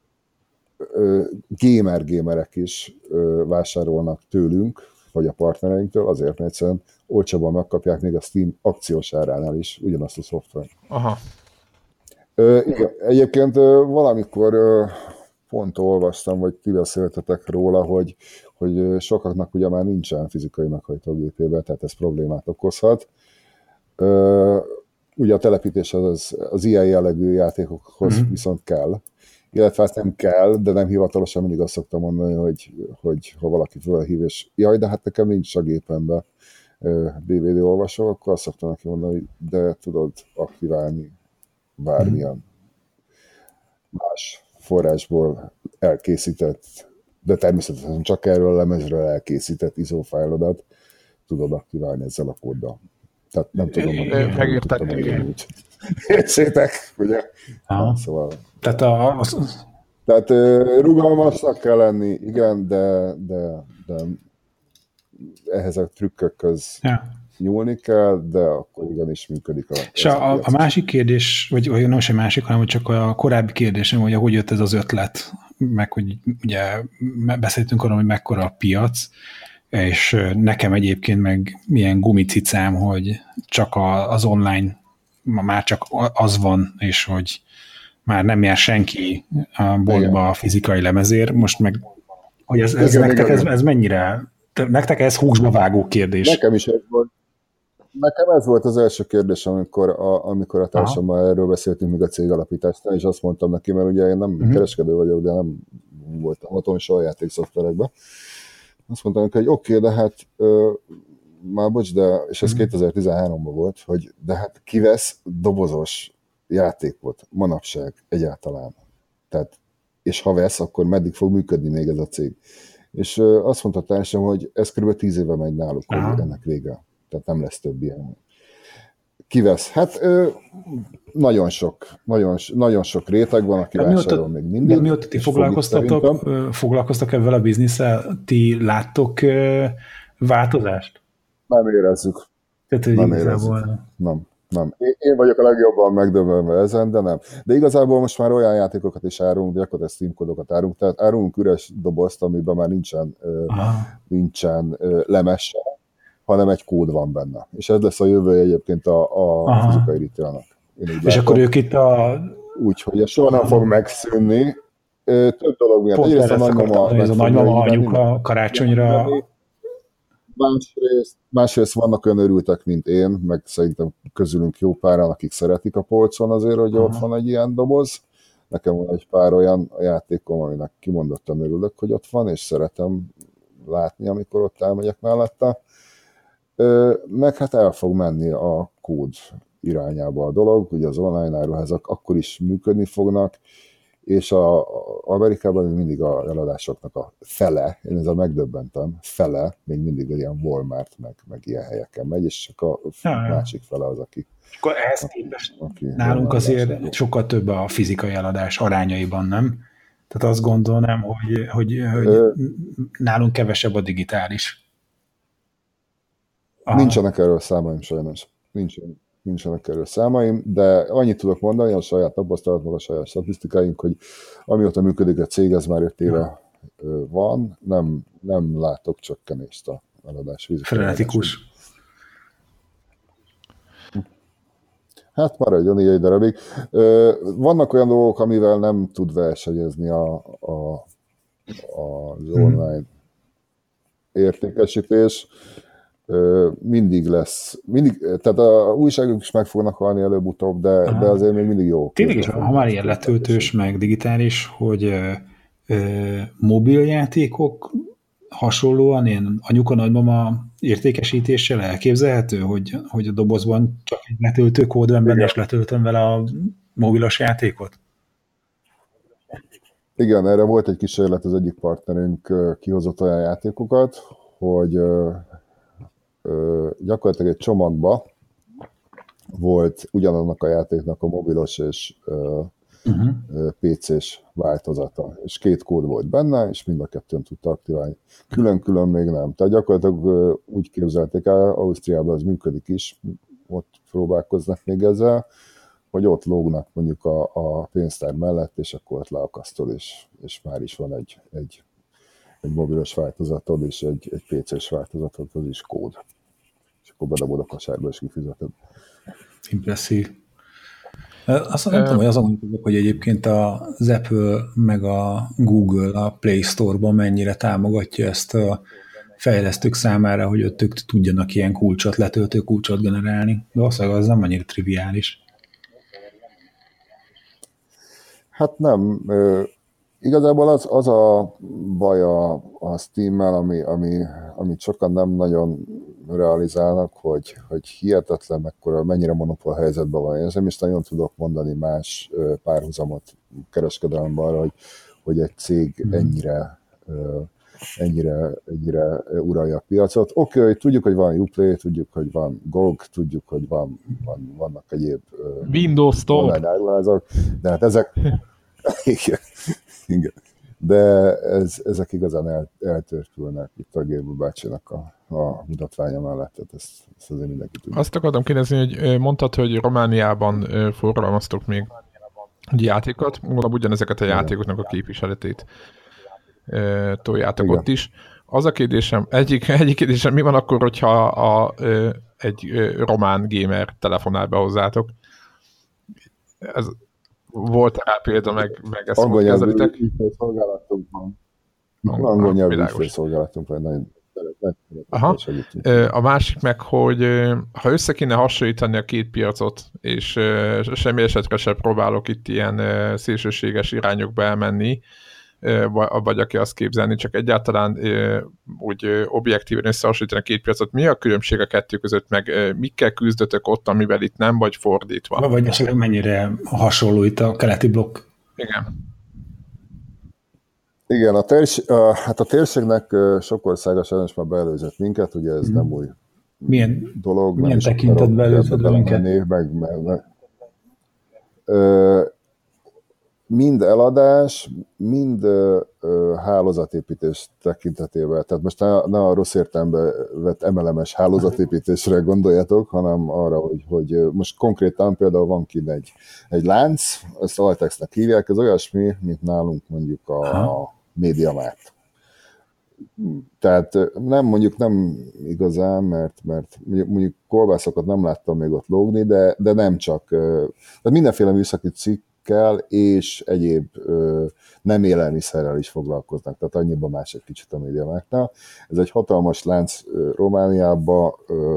Speaker 3: gamerek is vásárolnak tőlünk, vagy a partnereinktől, azért, mert egyszerűen olcsóban megkapják még a Steam akciós áránál is ugyanazt a szoftvert.
Speaker 1: Aha.
Speaker 3: Igen, egyébként valamikor pont olvastam, vagy ti beszéltetek róla, hogy sokaknak ugye már nincsen fizikai meghajtógépében, tehát ez problémát okozhat. Ugye a telepítés az ilyen jellegű játékokhoz viszont kell, illetve ezt nem kell, de nem hivatalosan mindig azt szoktam mondani, hogy ha valaki felhív, és jaj, de hát nekem nincs a gépemben DVD olvasó, akkor azt szoktam neki mondani, hogy de tudod aktiválni bármilyen más forrásból elkészített, de természetesen csak erről a lemezről elkészített ISO fájlodat tudod aktiválni ezzel a kóddal. Tehát nem tudom, hogy
Speaker 1: megértek.
Speaker 3: Értsétek, ugye? Szóval. Tehát rugalmasnak kell lenni, igen, de ehhez a trükkökhöz nyúlni kell, de akkor igenis működik
Speaker 2: És a másik kérdés, vagy nem sem másik, hanem csak a korábbi kérdésem, hogy jött ez az ötlet, meg hogy ugye beszéltünk arról, hogy mekkora a piac, és nekem egyébként meg milyen gumicicám, hogy csak az online már csak az van, és hogy már nem jár senki a boltba a fizikai lemezért, most meg, hogy ez mennyire, nektek ez húsba vágó kérdés.
Speaker 3: Nekem is ez volt. Nekem ez volt az első kérdés, amikor a társammal erről beszéltünk még a cég alapításnál, és azt mondtam neki, mert ugye én nem kereskedő vagyok, de nem voltam otthon soha játékszoftverekben. Azt mondtam neki, hogy oké, de hát már bocs, de, és ez 2013-ban volt, hogy de hát kivesz dobozos játékot manapság egyáltalán. Tehát, és ha vesz, akkor meddig fog működni még ez a cég. És azt mondta a társam, hogy ez kb. 10 éve megy náluk, hogy ennek vége. Tehát nem lesz több ilyen. Kivesz? Hát nagyon sok réteg van, aki vásárol még mindig.
Speaker 2: Mióta ti foglalkoztak ebben a bizniszsel, ti láttok változást?
Speaker 3: Nem érezzük. Nem érezzük. Nem. Én vagyok a legjobban megdöbbenve ezen, de nem. De igazából most már olyan játékokat is árulunk, gyakorlatilag Steam kódokat árulunk, tehát árulunk üres dobozt, amiben már nincsen lemez, hanem egy kód van benne. És ez lesz a jövője egyébként a fizikai retailnak.
Speaker 2: És akkor ők itt
Speaker 3: Úgyhogy ez soha nem fog megszűnni. Több dolog miatt.
Speaker 2: Egyrészt a nagymama anyjuk a karácsonyra.
Speaker 3: Másrészt vannak olyan örültek, mint én, meg szerintem közülünk jó páran, akik szeretik a polcon azért, hogy ott van egy ilyen doboz. Nekem van egy pár olyan játékom, aminek kimondottan örülök, hogy ott van, és szeretem látni, amikor ott elmegyek mellette. Meg hát el fog menni a kód irányába a dolog, ugye az online áruházak akkor is működni fognak, és Amerikában még mindig a eladásoknak a fele, én ezzel megdöbbentem, fele még mindig ilyen Walmart, meg ilyen helyeken megy, és csak a másik fele az, aki...
Speaker 2: Akkor ehhez képest nálunk azért sokkal több a fizikai eladás arányaiban, nem? Tehát azt gondolnám, hogy nálunk kevesebb a digitális.
Speaker 3: Nincsenek erről számaim sajnos. Nincsenek erről számaim, de annyit tudok mondani, a saját tapasztalatban, a saját statisztikáink, hogy amióta működik a cég, ez már 5 éve van, nem látok csökkenést a eladás.
Speaker 2: Frenetikus.
Speaker 3: Hát maradjon így egy darabig. Vannak olyan dolgok, amivel nem tud versenyezni az online értékesítés. Mindig lesz, tehát a újságok is meg fognak halni előbb-utóbb, de azért még mindig jó.
Speaker 2: Tényleg is, ha már ilyen letöltős, meg digitális, hogy mobiljátékok hasonlóan ilyen anyuka nagymama értékesítéssel elképzelhető, hogy a dobozban csak egy letöltő kód van benne, és letöltöm vele a mobilos játékot?
Speaker 3: Igen, erre volt egy kísérlet, az egyik partnerünk kihozott olyan játékokat, hogy gyakorlatilag egy csomagba volt ugyanannak a játéknak a mobilos és PC-s változata. És 2 kód volt benne, és mind a kettőn tudta aktiválni. Külön-külön még nem. Tehát gyakorlatilag úgy képzelték el, Ausztriában ez működik is, ott próbálkoznak még ezzel, hogy ott lógnak mondjuk a pénztár mellett, és akkor ott leakasztod, és már is van egy mobilos változatod, és egy PC-s változatod, az is kód. És akkor bedobod a kasárba, és kifizeted.
Speaker 2: Impresszív. Azt nem tudom, hogy azon gondolok, hogy egyébként az Apple meg a Google a Play Store-ban mennyire támogatja ezt a fejlesztők számára, hogy ők tudjanak ilyen letöltő kulcsot generálni. De valószínűleg az nem annyira triviális.
Speaker 3: Hát nem. Igazából az a baj a Steam-mel, amit sokan nem nagyon realizálnak, hogy hihetetlen mennyire monopól helyzetben van. Én nem is nagyon tudok mondani más párhuzamot kereskedelemben arra, hogy egy cég ennyire uralja a piacot. Oké, tudjuk, hogy van Uplay, tudjuk, hogy van GOG, tudjuk, hogy vannak egyéb
Speaker 1: Windows Store,
Speaker 3: árulázók, de hát ezek igen. De ezek igazán eltörpülnek itt a Gérből bácsinak a mutatványa mellett, tehát ezt azért mindenki tudja.
Speaker 1: Azt akartam kérdezni, hogy mondtad, hogy Romániában forgalmaztok még egy játékot, mondom ugyanezeket a játékoknak a képviseletét toljátok igen. Ott is. Az a kérdésem, egyik kérdésem, mi van akkor, hogyha egy román gamer telefonál be hozzátok? Ez volt rá példa, meg ezt
Speaker 3: angol nyelvű szolgálatunk van. Angol nyelvű szolgálatunk van, nagyon
Speaker 1: a másik meg, hogy ha össze kéne hasonlítani a két piacot, és semmi esetre sem próbálok itt ilyen szélsőséges irányokba elmenni, vagy aki azt képzelni, csak egyáltalán úgy objektíven összehasonlítani a két piacot. Mi a különbség a kettő között, meg mikkel küzdötök ott, amivel itt nem, vagy fordítva?
Speaker 2: Vagy esetleg mennyire hasonló itt a keleti blokk?
Speaker 1: Igen.
Speaker 3: Igen, a térségnek sok országa sajnos már beelőzött minket, ugye ez nem új dolog.
Speaker 2: Milyen tekintetben előzött minket?
Speaker 3: Mind eladás, mind hálózatépítés tekintetében. Tehát most ne a rossz értelemben vett MLM-es hálózatépítésre gondoljatok, hanem arra, hogy most konkrétan például van kint egy lánc, ezt Altexnek hívják, ez olyasmi, mint nálunk mondjuk a MediaMarkt. Tehát nem igazán, mert mondjuk kolbászokat nem láttam még ott lógni, de nem csak, tehát mindenféle műszaki cikk és egyéb nem élelmiszerrel is foglalkoznak, tehát annyiban más egy kicsit a MediaMarktnál. Ez egy hatalmas lánc Romániában,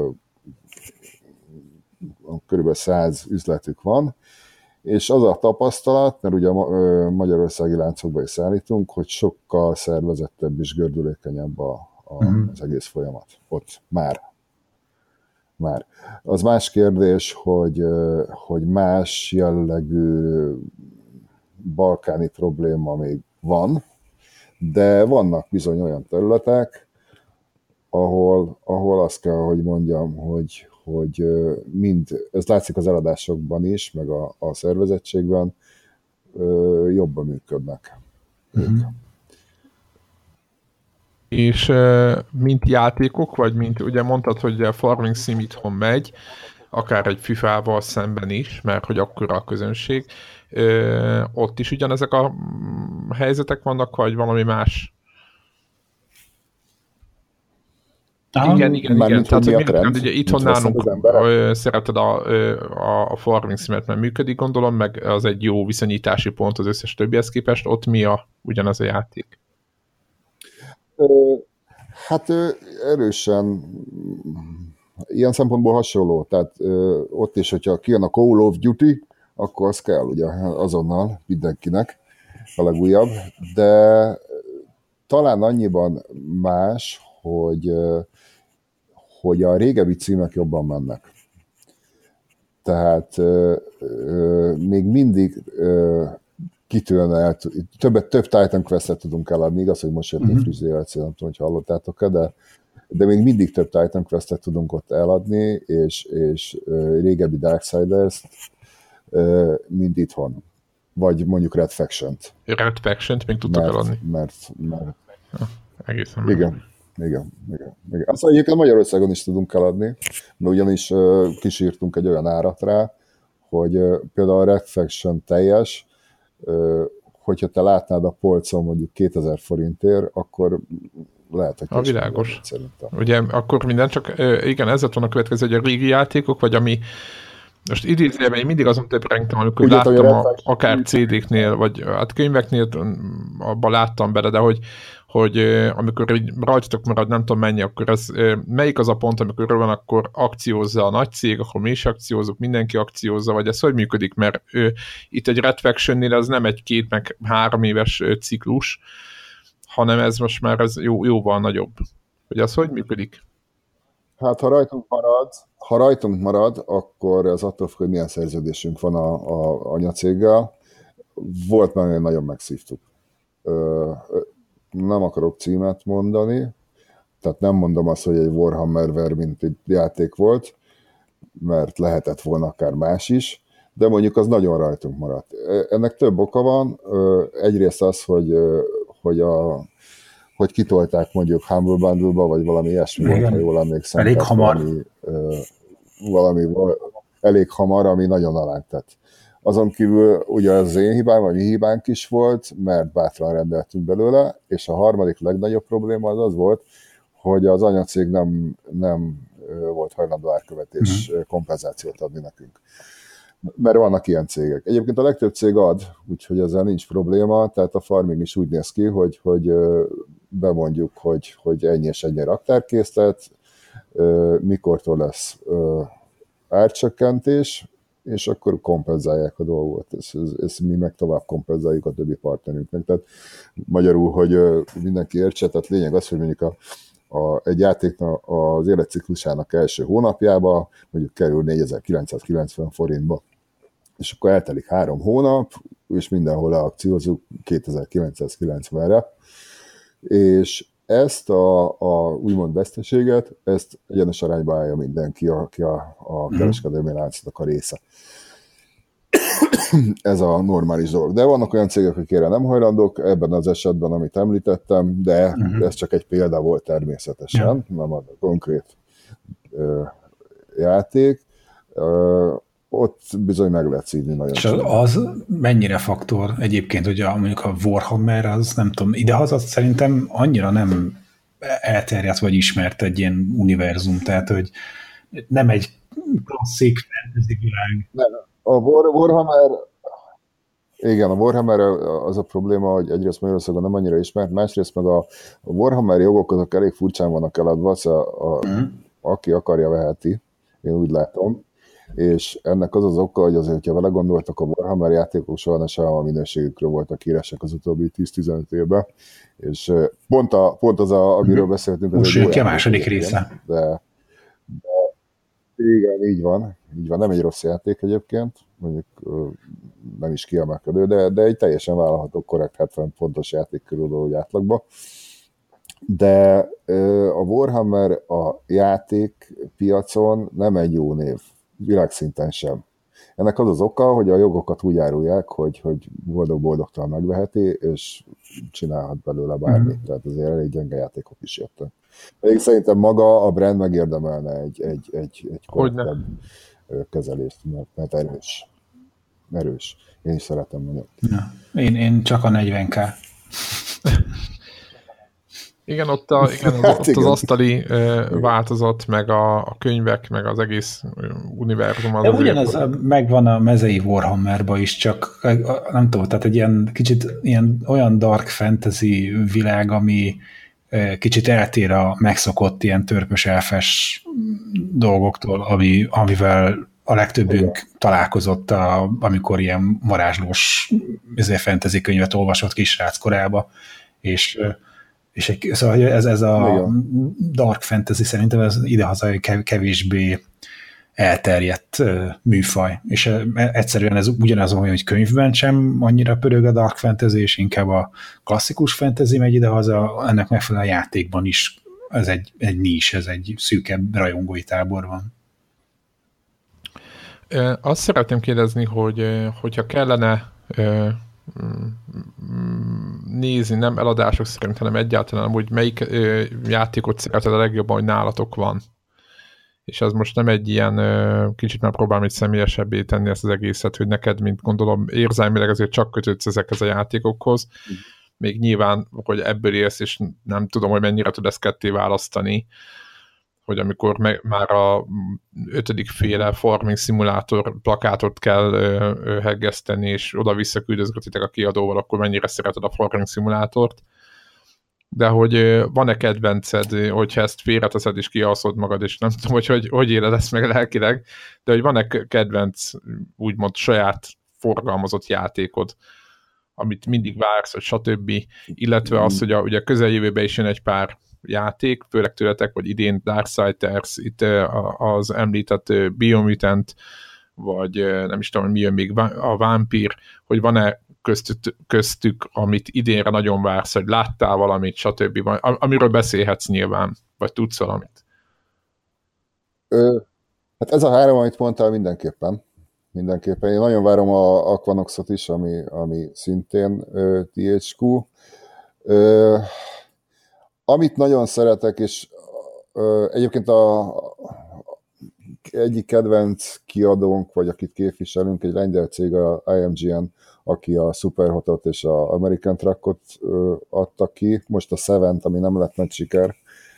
Speaker 3: körülbelül 100 üzletük van, és az a tapasztalat, mert ugye a magyarországi láncokba is szállítunk, hogy sokkal szervezettebb és gördülékenyebb az egész folyamat. Ott már. Az más kérdés, hogy más jellegű balkáni probléma még van, de vannak bizony olyan területek, ahol azt kell, hogy mondjam, hogy mind, ez látszik az eladásokban is, meg a szervezettségben, jobban működnek.
Speaker 1: És mint játékok, vagy mint ugye mondtad, hogy a Farming Sim itthon megy, akár egy FIFA-val szemben is, mert hogy akkora a közönség, ott is ugyanezek a helyzetek vannak, vagy valami más? Igen. Tehát, hogy ugye itthon nálunk szereted a Farming Simet, mert működik, gondolom, meg az egy jó viszonyítási pont az összes többihez képest, ott mi ugyanaz a játék?
Speaker 3: Hát erősen ilyen szempontból hasonló, tehát ott is, hogyha kijön a Call of Duty, akkor az kell ugye azonnal mindenkinek a legújabb, de talán annyiban más, hogy a régebbi címek jobban mennek. Tehát még mindig kitűnően több Titan Quest-et tudunk eladni, igaz, hogy most jött a friss DLC, nem tudom, hogy hallottátok-e, de még mindig több Titan Quest-et tudunk ott eladni, és régebbi Darksiders, mint itthon. Vagy mondjuk Red Faction-t.
Speaker 1: Red Faction-t még tudtok eladni?
Speaker 3: Mert
Speaker 1: egészen
Speaker 3: igen. Azt egyébként Magyarországon is tudunk eladni, mert ugyanis kisírtunk egy olyan árat rá, hogy például a Red Faction teljes, hogyha te látnád a polcon mondjuk 2000 forintért, akkor lehet, hogy...
Speaker 1: A világos. Ugye akkor minden csak, igen, ez lett volna a következő, hogy a régi játékok, vagy ami most idézőjelben én mindig azon töprengtem, amikor láttam akár CD-knél, vagy hát könyveknél abban láttam bele, de hogy amikor így rajtatok marad, nem tudom mennyi, akkor ez melyik az a pont, amikor van, akkor akciózza a nagy cég, akkor mi is akciózunk, mindenki akciózza, vagy ez hogy működik, mert itt egy Redfaction-nél az nem egy 2 meg 3 éves ciklus, hanem ez most már ez jóval nagyobb. Hogy az hogy működik?
Speaker 3: Hát ha rajtunk marad, akkor az attól függ, hogy milyen szerződésünk van a anyacéggel. Volt már, nagyon megszívtuk. Nem akarok címet mondani, tehát nem mondom azt, hogy egy Warhammer Vermint játék volt, mert lehetett volna akár más is, de mondjuk az nagyon rajtunk maradt. Ennek több oka van. Egyrészt az, hogy kitolták mondjuk Humble Bundle-ba, vagy valami ilyesmi volt, ha jól emlékszem.
Speaker 2: Elég hamar.
Speaker 3: Valami elég hamar, ami nagyon alánk tett. Azon kívül ugye az én hibám, vagy mi hibánk is volt, mert bátran rendeltünk belőle, és a harmadik legnagyobb probléma az volt, hogy az anyacég nem volt hajlandó árkövetés kompenzációt adni nekünk. Mert vannak ilyen cégek. Egyébként a legtöbb cég ad, úgyhogy ezzel nincs probléma, tehát a farming is úgy néz ki, hogy bemondjuk, hogy ennyi és ennyi raktárkészlet, mikortól lesz árcsökkentés, és akkor kompenzálják a dolgot. Ezt mi meg tovább kompenzáljuk a többi partnerünknek. Tehát magyarul, hogy mindenki értse, tehát lényeg az, hogy mondjuk egy játéknak az életciklusának első hónapjába mondjuk kerül 4990 forintba. És akkor eltelik 3 hónap, és mindenhol leakciózzuk 2990-re. És ezt a úgymond veszteséget, ezt egyenes arányba állja mindenki, aki a kereskedelmi láncnak a része. Ez a normális dolog. De vannak olyan cégek, akik erre nem hajlandók, ebben az esetben, amit említettem, de ez csak egy példa volt természetesen, nem a konkrét játék. Ott bizony meg lehet szívni nagyon.
Speaker 2: És az mennyire faktor egyébként, hogy mondjuk a Warhammer, az nem tudom, idehaza szerintem annyira nem elterjedt vagy ismert egy ilyen univerzum, tehát hogy nem egy klasszik fantasy világ.
Speaker 3: Nem, a Warhammer, igen, a Warhammer az a probléma, hogy egyrészt Magyarországon nem annyira ismert, másrészt meg a Warhammer jogok azok elég furcsán vannak eladva, szóval aki akarja, veheti, én úgy látom. És ennek az az oka, hogy azért, hogyha vele gondoltak, a Warhammer játékok soha ne sem a minőségükről voltak híresek az utóbbi 10-15 évben, és pont az, amiről beszéltünk.
Speaker 2: Most jön ki a második része.
Speaker 3: De igen, így van, nem egy rossz játék egyébként, mondjuk nem is kiemelkedő, de egy teljesen vállalható, korrekt 70 pontos játék körül átlagban. De a Warhammer a játékpiacon nem egy jó név. Világszinten sem. Ennek az az oka, hogy a jogokat úgy árulják, hogy boldog-boldogtalan megveheti, és csinálhat belőle bármit. Tehát azért elég gyenge játékok is jöttek. Pedig szerintem maga a brand megérdemelne egy korrektebb kezelést, mert erős. Én is szeretem nagyon.
Speaker 2: Én csak a 40K.
Speaker 1: Igen, ott az asztali változat, meg a könyvek, meg az egész univerzum.
Speaker 2: De ugyanez megvan a mezei Warhammerban is, csak nem tudom, tehát egy ilyen kicsit olyan dark fantasy világ, ami kicsit eltér a megszokott ilyen törpös elfes dolgoktól, amivel a legtöbbünk találkozott, amikor ilyen varázslós fantasy könyvet olvasott kisrác korába, és szóval ez a dark fantasy szerintem ez idehaza kevésbé elterjedt műfaj, és egyszerűen ez ugyanaz, hogy könyvben sem annyira pörög a dark fantasy, és inkább a klasszikus fantasy megy idehaza, ennek megfelelően a játékban is ez egy nis, ez egy szűkebb rajongói tábor van.
Speaker 1: Azt szeretném kérdezni, hogyha kellene nézni, nem eladások szerint, hanem egyáltalán amúgy melyik játékot szereted a legjobban, hogy nálatok van. És ez most nem egy ilyen, kicsit már próbálom egy személyesebbé tenni ezt az egészet, hogy neked, mint gondolom, érzelmileg azért csak kötődsz ezekhez a játékokhoz. Még nyilván, hogy ebből élsz, és nem tudom, hogy mennyire tud ezt ketté választani, hogy amikor már a 5. féle farming szimulátor plakátot kell heggeszteni, és oda-vissza küldözgetitek a kiadóval, akkor mennyire szereted a farming szimulátort. de hogy van-e kedvenced, hogyha ezt félreteszed és kialszod magad, és nem tudom, hogy éled ezt meg lelkileg, de hogy van-e kedvenc, úgymond saját forgalmazott játékod, amit mindig vársz, vagy stb. Illetve az, hogy ugye a közeljövőben is jön egy pár játék, főleg tőletek, vagy idén Darksiders, itt az említett Biomutant, vagy nem is tudom, mi jön még, a Vampír, hogy van-e köztük, amit idénre nagyon vársz, hogy láttál valamit, stb. Amiről beszélhetsz nyilván, vagy tudsz valamit.
Speaker 3: Hát ez a három, amit mondtál, mindenképpen. Én nagyon várom a Aquanoxot is, ami szintén THQ. Amit nagyon szeretek, és egyébként egyik kedvenc kiadónk, vagy akit képviselünk, egy lengyel cég, a IMGN, aki a Superhotot és a American Truckot adta ki. Most a Seven-t, ami nem lett nagy siker,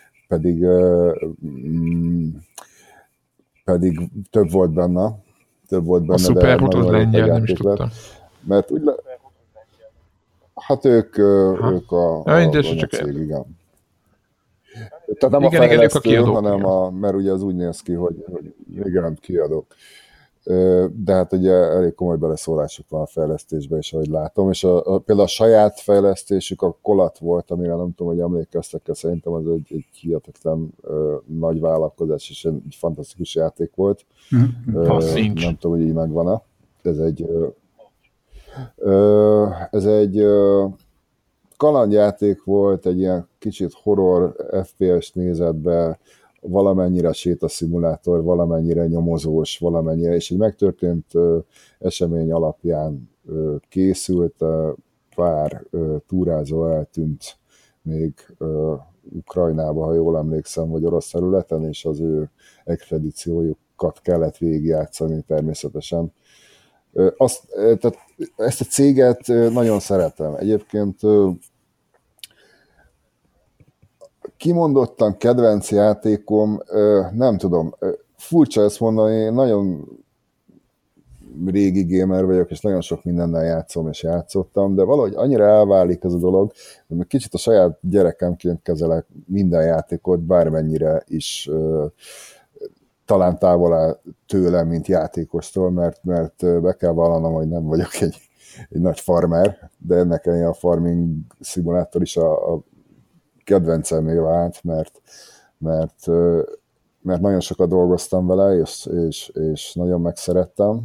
Speaker 3: pedig több volt benne.
Speaker 1: A Superhot az lengyel, nem is tudtam.
Speaker 3: Mert úgy hát ők a cég, igen. Tehát nem igen, a fejlesztő, igen, hanem mert ugye az úgy néz ki, hogy igen, kiadók. De hát ugye elég komoly beleszólásuk van a fejlesztésben, és ahogy látom, és például a saját fejlesztésük a Kolat volt, amire nem tudom, hogy emlékeztek-e, szerintem az egy hihetetlen nagy vállalkozás, és egy fantasztikus játék volt. Nem tudom, hogy így megvan-e. Ez egy kalandjáték volt, egy ilyen kicsit horror FPS nézetben, valamennyire sétaszimulátor, valamennyire nyomozós, valamennyire, és egy megtörtént esemény alapján készült, pár túrázó eltűnt még Ukrajnába, ha jól emlékszem, vagy orosz területen, és az ő expedíciójukat kellett végigjátszani természetesen. Tehát ezt a céget nagyon szeretem. Egyébként kimondottan kedvenc játékom, nem tudom, furcsa ezt mondani, nagyon régi gamer vagyok, és nagyon sok mindennel játszom, és játszottam, de valahogy annyira elválik ez a dolog, hogy kicsit a saját gyerekemként kezelek minden játékot, bármennyire is talán távol áll tőlem, mint játékostól, mert be kell vallanom, hogy nem vagyok egy nagy farmer, de ennek a farming szimulátor is a kedvencemé vált, mert nagyon sokat dolgoztam vele, és nagyon megszerettem.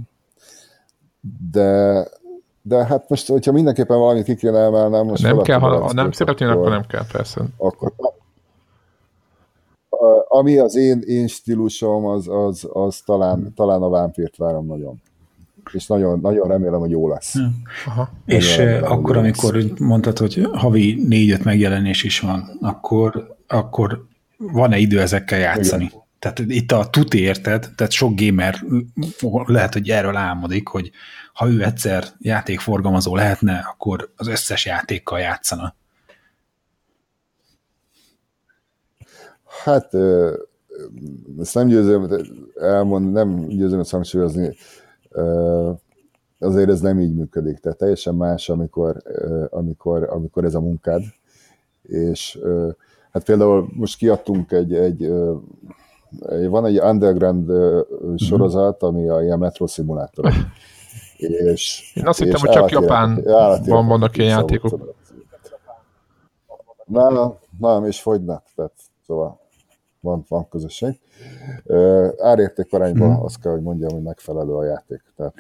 Speaker 3: De hát most, hogyha mindenképpen valamit ki kéne emelnem, most
Speaker 1: nem kell, ha nem szeretnél, akkor nem kell, persze.
Speaker 3: Akkor, ami az én stílusom, az talán a Vámpírt várom nagyon. És nagyon, nagyon remélem, hogy jó lesz.
Speaker 2: Aha. És akkor, amikor mondtad, hogy havi 4-5 megjelenés is van, akkor van-e idő ezekkel játszani? Igen. Tehát itt a tuti érted, tehát sok gamer lehet, hogy erről álmodik, hogy ha ő egyszer játékforgalmazó lehetne, akkor az összes játékkal játszana.
Speaker 3: Hát ezt nem győzöm elmondani, nem győzöm ezt hangsúlyozni, azért ez nem így működik, tehát teljesen más, amikor ez a munkád, és hát például most kiadtunk van egy underground sorozat, ami a ilyen metro szimulátor. És
Speaker 1: én azt hittem, hogy csak Japánban vannak ilyen játékok.
Speaker 3: Nem, és fogynak, tehát szóval van közösség. Árérték arányban azt kell, hogy mondjam, hogy megfelelő a játék. Tehát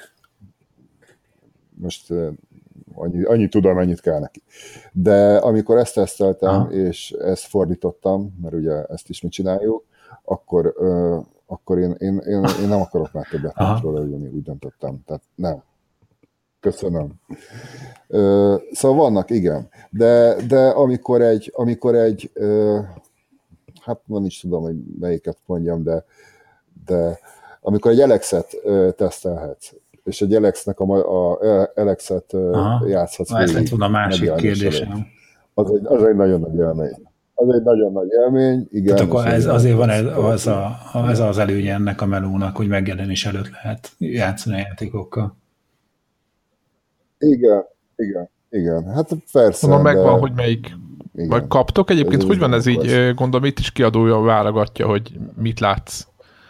Speaker 3: most annyit tudom, mennyit kell neki. De amikor ezt teszteltem, és ezt fordítottam, mert ugye ezt is mi csináljuk, akkor én nem akarok már többet róla ülni, úgy döntöttem. Tehát nem. Köszönöm. Szóval vannak, igen. De amikor egy hát nem is tudom, hogy melyiket mondjam, de amikor egy Alexet tesztelhetsz, és egy Alexnek a Alexet játszhatsz végig.
Speaker 2: Ez lett volna a másik kérdésem.
Speaker 3: Az egy nagyon nagy élmény. Az egy nagyon nagy élmény, igen.
Speaker 2: Tehát akkor azért van ez az előnye ennek a melónak, hogy megjelenés előtt lehet játszani a játékokkal.
Speaker 3: Igen. Hát persze.
Speaker 1: Mondom, megvan, hogy melyik
Speaker 3: igen.
Speaker 1: Vagy kaptok egyébként, hogy van ez így, gondolom itt is kiadója válogatja, hogy mit látsz?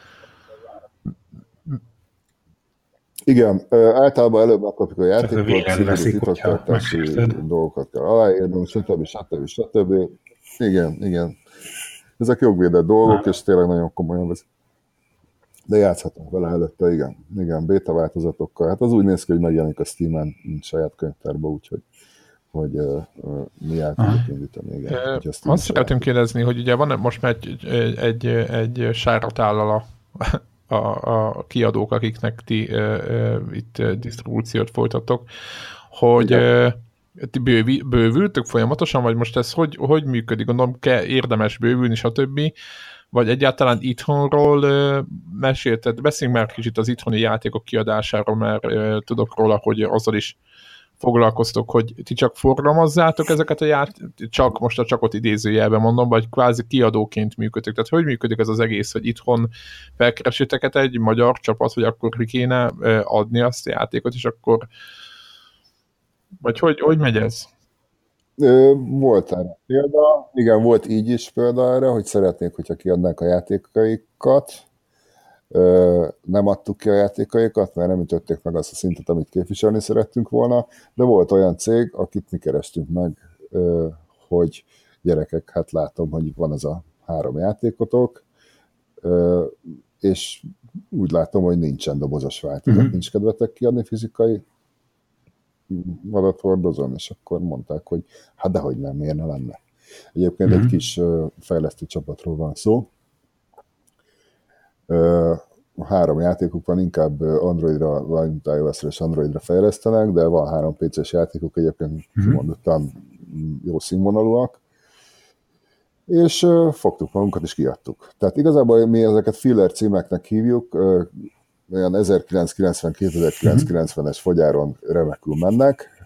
Speaker 3: Igen, általában előbb megkapjuk a játékot, szigorú titoktartási dolgokat kell aláírnunk, stb. Igen. Ezek jogvédett dolgok, és tényleg nagyon komolyan veszik. De játszhatunk vele előtte, igen, beta változatokkal. Hát az úgy néz ki, hogy megjelenik a Steam-en, mint saját könyvtárban, úgyhogy mi el tudjuk indítani. Igen,
Speaker 1: azt szeretném kérdezni, hogy ugye van most már egy sárat áll a kiadók, akiknek ti itt disztribúciót folytatok, hogy ti bővültök folyamatosan, vagy most ez hogy működik? Gondolom, érdemes bővülni, stb. Vagy egyáltalán itthonról mesélted? Beszéljünk már kicsit az itthoni játékok kiadásáról, mert tudok róla, hogy azzal is foglalkoztok, hogy ti csak forgalmazzátok ezeket a játékokat, most a csakot idézőjelben mondom, vagy kvázi kiadóként működtek. Tehát hogy működik ez az egész, hogy itthon felkeresíteket egy magyar csapat, hogy akkor ki kéne adni azt a játékot, és akkor vagy hogy megy ez?
Speaker 3: Volt erre példa. Igen, volt így is példa erre, hogy szeretnék, hogyha kiadnánk a játékaikat. Nem adtuk ki a játékaikat, mert nem ütötték meg azt a szintet, amit képviselni szerettünk volna, de volt olyan cég, akit mi kerestünk meg, hogy gyerekek, hát látom, hogy van ez a 3 játékotok, és úgy látom, hogy nincsen dobozos változat, nincs kedvetek kiadni fizikai adathordozón, és akkor mondták, hogy hát dehogy nem, miért ne lenne. Egyébként egy kis fejlesztő csapatról van szó. 3 játékuk van, inkább Androidra, vagy iOS-re és Androidra fejlesztenek, de van 3 PC-s játékuk, egyébként kimondottan jó színvonalúak, és fogtuk magunkat és kiadtuk. Tehát igazából mi ezeket filler címeknek hívjuk, olyan 1990-2090-es fogyáron remekül mennek,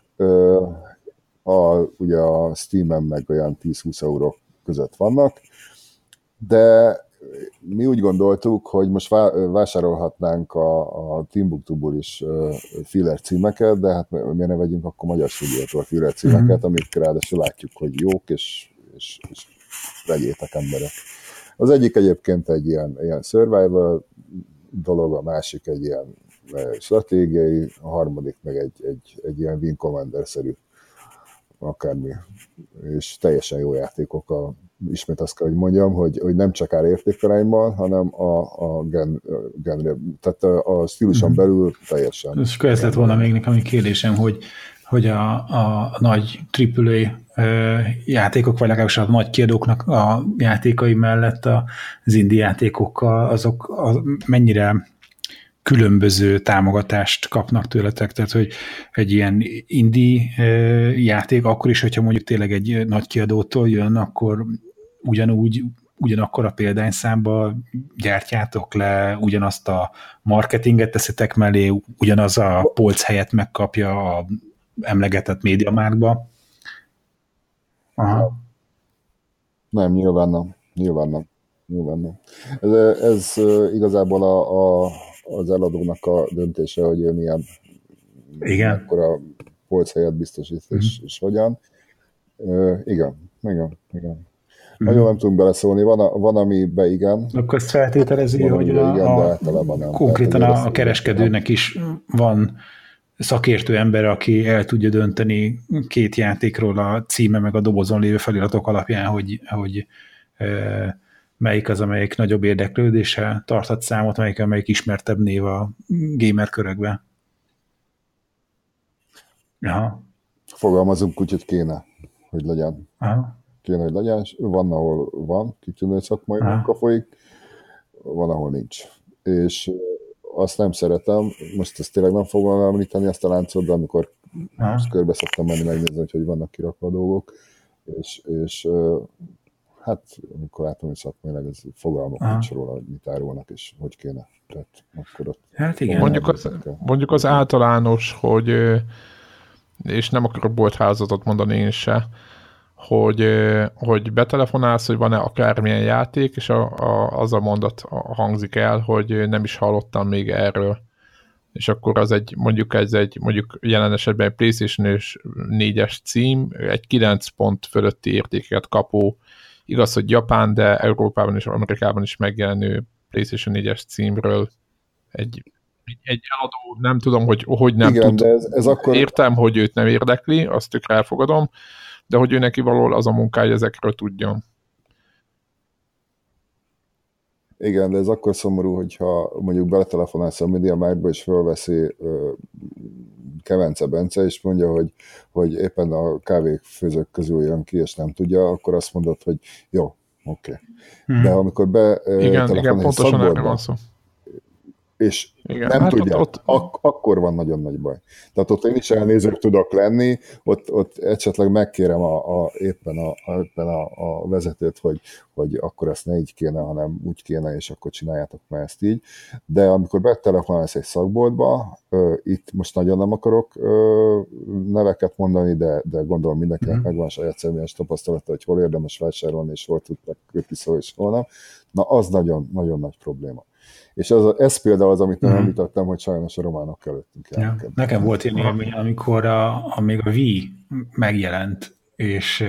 Speaker 3: ugye a Steam-en meg olyan 10-20 euró között vannak, de mi úgy gondoltuk, hogy most vásárolhatnánk a Timbuktuból is filler címeket, de hát miért ne vegyünk akkor magyar stúdiótól filler címeket, amik ráadásul látjuk, hogy jók, és vegyétek emberek. Az egyik egyébként egy ilyen survival dolog, a másik egy ilyen stratégiai, a harmadik meg egy ilyen Wing Commander-szerű akármi, és teljesen jó játékok. Ismét azt kell, hogy mondjam, hogy nem csak árértékarányban, hanem a genre, tehát a stíluson belül teljesen.
Speaker 2: És ez lett volna még nekem egy kérdésem, hogy a nagy AAA játékok, vagy legalábbis a nagy kiadóknak a játékai mellett az indie játékokkal, azok mennyire különböző támogatást kapnak tőletek, tehát hogy egy ilyen indie játék, akkor is, hogyha mondjuk tényleg egy nagy kiadótól jön, akkor ugyanakkor a példányszámba gyártjátok le, ugyanazt a marketinget teszitek mellé, ugyanaz a polc helyet megkapja a emlegetett MediaMarktba. Aha.
Speaker 3: Nem, nyilván nem. Ez igazából az eladónak a döntése, hogy ő milyen mekkora polchelyet biztosít, és hogyan. Igen. Nagyon nem tudunk beleszólni, van amiben igen.
Speaker 2: Akkor ezt feltételezi, hogy konkrétan a kereskedőnek is van szakértő ember, aki el tudja dönteni 2 játékról a címe meg a dobozon lévő feliratok alapján, hogy melyik az, amelyik nagyobb érdeklődéssel tarthat számot, amelyik ismertebb név a gamer körökben. Aha.
Speaker 3: Fogalmazunk úgy, hogy kéne, hogy legyen.
Speaker 2: Aha.
Speaker 3: Kéne, hogy legyen. Van, ahol van, kitűnő szakmai munka folyik, van, ahol nincs. És azt nem szeretem, most ezt tényleg nem fogom említeni, ezt a láncot, de amikor körbe szoktam menni megnézni, hogy vannak kirakva a dolgok, és hát amikor látom, hogy szakmailag ez fogalmak nincs róla, hogy mit árulnak, és hogy kéne. Tehát akkor ott
Speaker 2: hát igen.
Speaker 1: Mondjuk az általános, hogy és nem akarok boltházatot mondani én se, hogy betelefonálsz, hogy van-e akármilyen játék, és az a mondat hangzik el, hogy nem is hallottam még erről. és akkor az mondjuk jelen esetben egy PlayStation 4-es cím, egy 9 pont fölötti értékeket kapó, igaz, hogy Japán, de Európában és Amerikában is megjelenő PlayStation 4-es címről egy eladó, nem tudom, hogy nem
Speaker 3: igen,
Speaker 1: tud.
Speaker 3: De ez akkor...
Speaker 1: Értem, hogy őt nem érdekli, azt tökre elfogadom, de hogy ő neki valahol az a munka, hogy ezekről tudjon.
Speaker 3: Igen, de ez akkor szomorú, hogyha mondjuk beletelefonálsz a MediaMarktba, és fölveszi Kevence Bence, és mondja, hogy éppen a kávéfőzők közül jön ki, és nem tudja, akkor azt mondod, hogy jó, oké. De amikor
Speaker 1: igen, pontosan erre van szó.
Speaker 3: És igen, nem tudja, akkor van nagyon nagy baj. Tehát ott én is elnézők tudok lenni, ott esetleg megkérem éppen a vezetőt, hogy akkor ezt ne így kéne, hanem úgy kéne, és akkor csináljátok már ezt így. De amikor betelefonálsz egy szakboltba, itt most nagyon nem akarok neveket mondani, de gondolom mindenkinek megvan saját személyes tapasztalata, hogy hol érdemes vásárolni, és hol tudtak vissza, és hol nem. Na, az nagyon, nagyon nagy probléma. És ez például az, amit nem említettem, hogy sajnos a románok előttünk járnak.
Speaker 2: Ja, nekem volt ilyen élmény, amikor még a Wii megjelent, és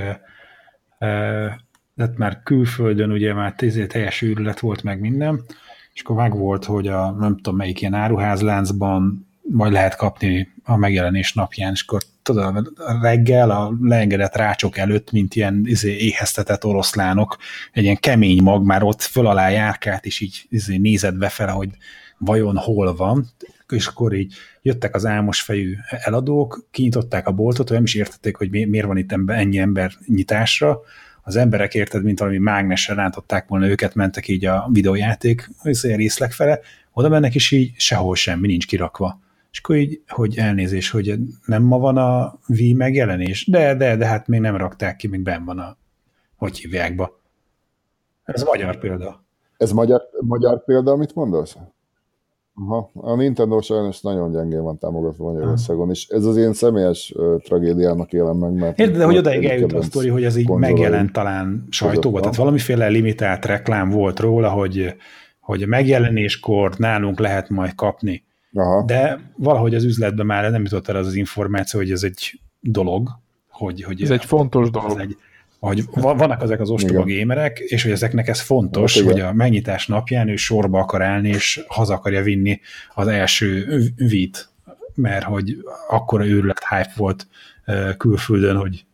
Speaker 2: tehát már külföldön ugye már teljes őrület volt meg minden, és akkor megvolt, hogy nem tudom melyik ilyen áruházláncban majd lehet kapni a megjelenés napján, és akkor tudod, reggel a leengedett rácsok előtt, mint ilyen éheztetett oroszlánok, egy ilyen kemény mag már ott föl alá járkált, és így nézett befele, hogy vajon hol van, és akkor így jöttek az álmos fejű eladók, kinyitották a boltot, nem is értették, hogy miért van itt ennyi ember nyitásra, az emberek érted, mint valami mágnessel rántották volna őket, mentek így a videójáték részleg fele, oda mennek, és így sehol semmi, nincs kirakva. És akkor így, hogy elnézés, hogy nem ma van a Wii megjelenés, de hát még nem rakták ki, még benn van hogy hívják be. Ez magyar példa.
Speaker 3: Ez magyar példa, amit mondasz? Aha. A Nintendo sajnos nagyon gyengén van támogatva Magyarországon, és ez az én személyes tragédiának élem meg, mert...
Speaker 2: Érde, de hogy odaig eljut a sztori, hogy ez így megjelent talán sajtóban, tehát valamiféle limitált reklám volt róla, hogy a megjelenéskor nálunk lehet majd kapni. Aha. De valahogy az üzletben már nem jutott el az információ, hogy ez egy dolog, hogy
Speaker 1: ez egy fontos dolog.
Speaker 2: Hogy vannak ezek az ostoba gémerek, és hogy ezeknek ez fontos, hogy a megnyitás napján ő sorba akar állni, és haza akarja vinni az első Wii-t, mert hogy akkora őrület hype volt külföldön, hogy...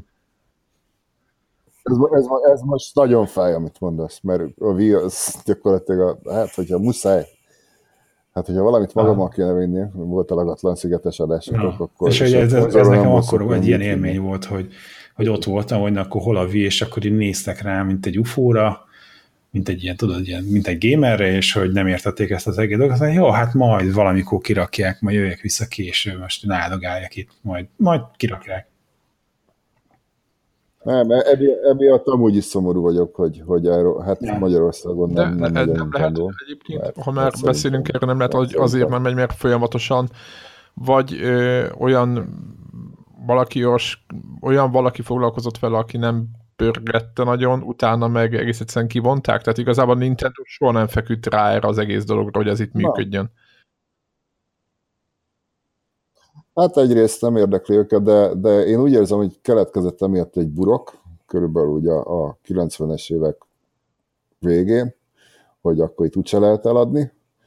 Speaker 3: Ez most nagyon fáj, amit mondasz, mert a Wii az gyakorlatilag, hogyha muszáj, hogyha valamit magammal kéne vinni, volt a lagatlan szigetes adások, akkor...
Speaker 2: És hogy ez nekem akkor egy ilyen élmény volt, hogy ott voltam, hogy akkor hol a Wii, és akkor így néztek rá, mint egy UFO-ra, mint egy ilyen, tudod, mint egy gamerre, és hogy nem értették ezt az egész dolgot, aztán jó, hát majd valamikor kirakják, majd jöjjek vissza később, most áldogáljak itt, majd kirakják.
Speaker 3: Nem, emiatt amúgy is szomorú vagyok, hogy Magyarországon nem
Speaker 1: lehet egyébként, ha már beszélünk erről, nem lehet, hogy azért nem megy, mert folyamatosan vagy olyan valaki foglalkozott vele, aki nem pörgette nagyon, utána meg egész egyszerűen kivonták, tehát igazából Nintendo soha nem feküdt rá erre az egész dologra, hogy ez itt működjön.
Speaker 3: Hát egyrészt nem érdekli őket, de én úgy érzem, hogy keletkezett emiatt egy burok, körülbelül ugye a 90-es évek végén, hogy akkor itt úgyse lehet eladni,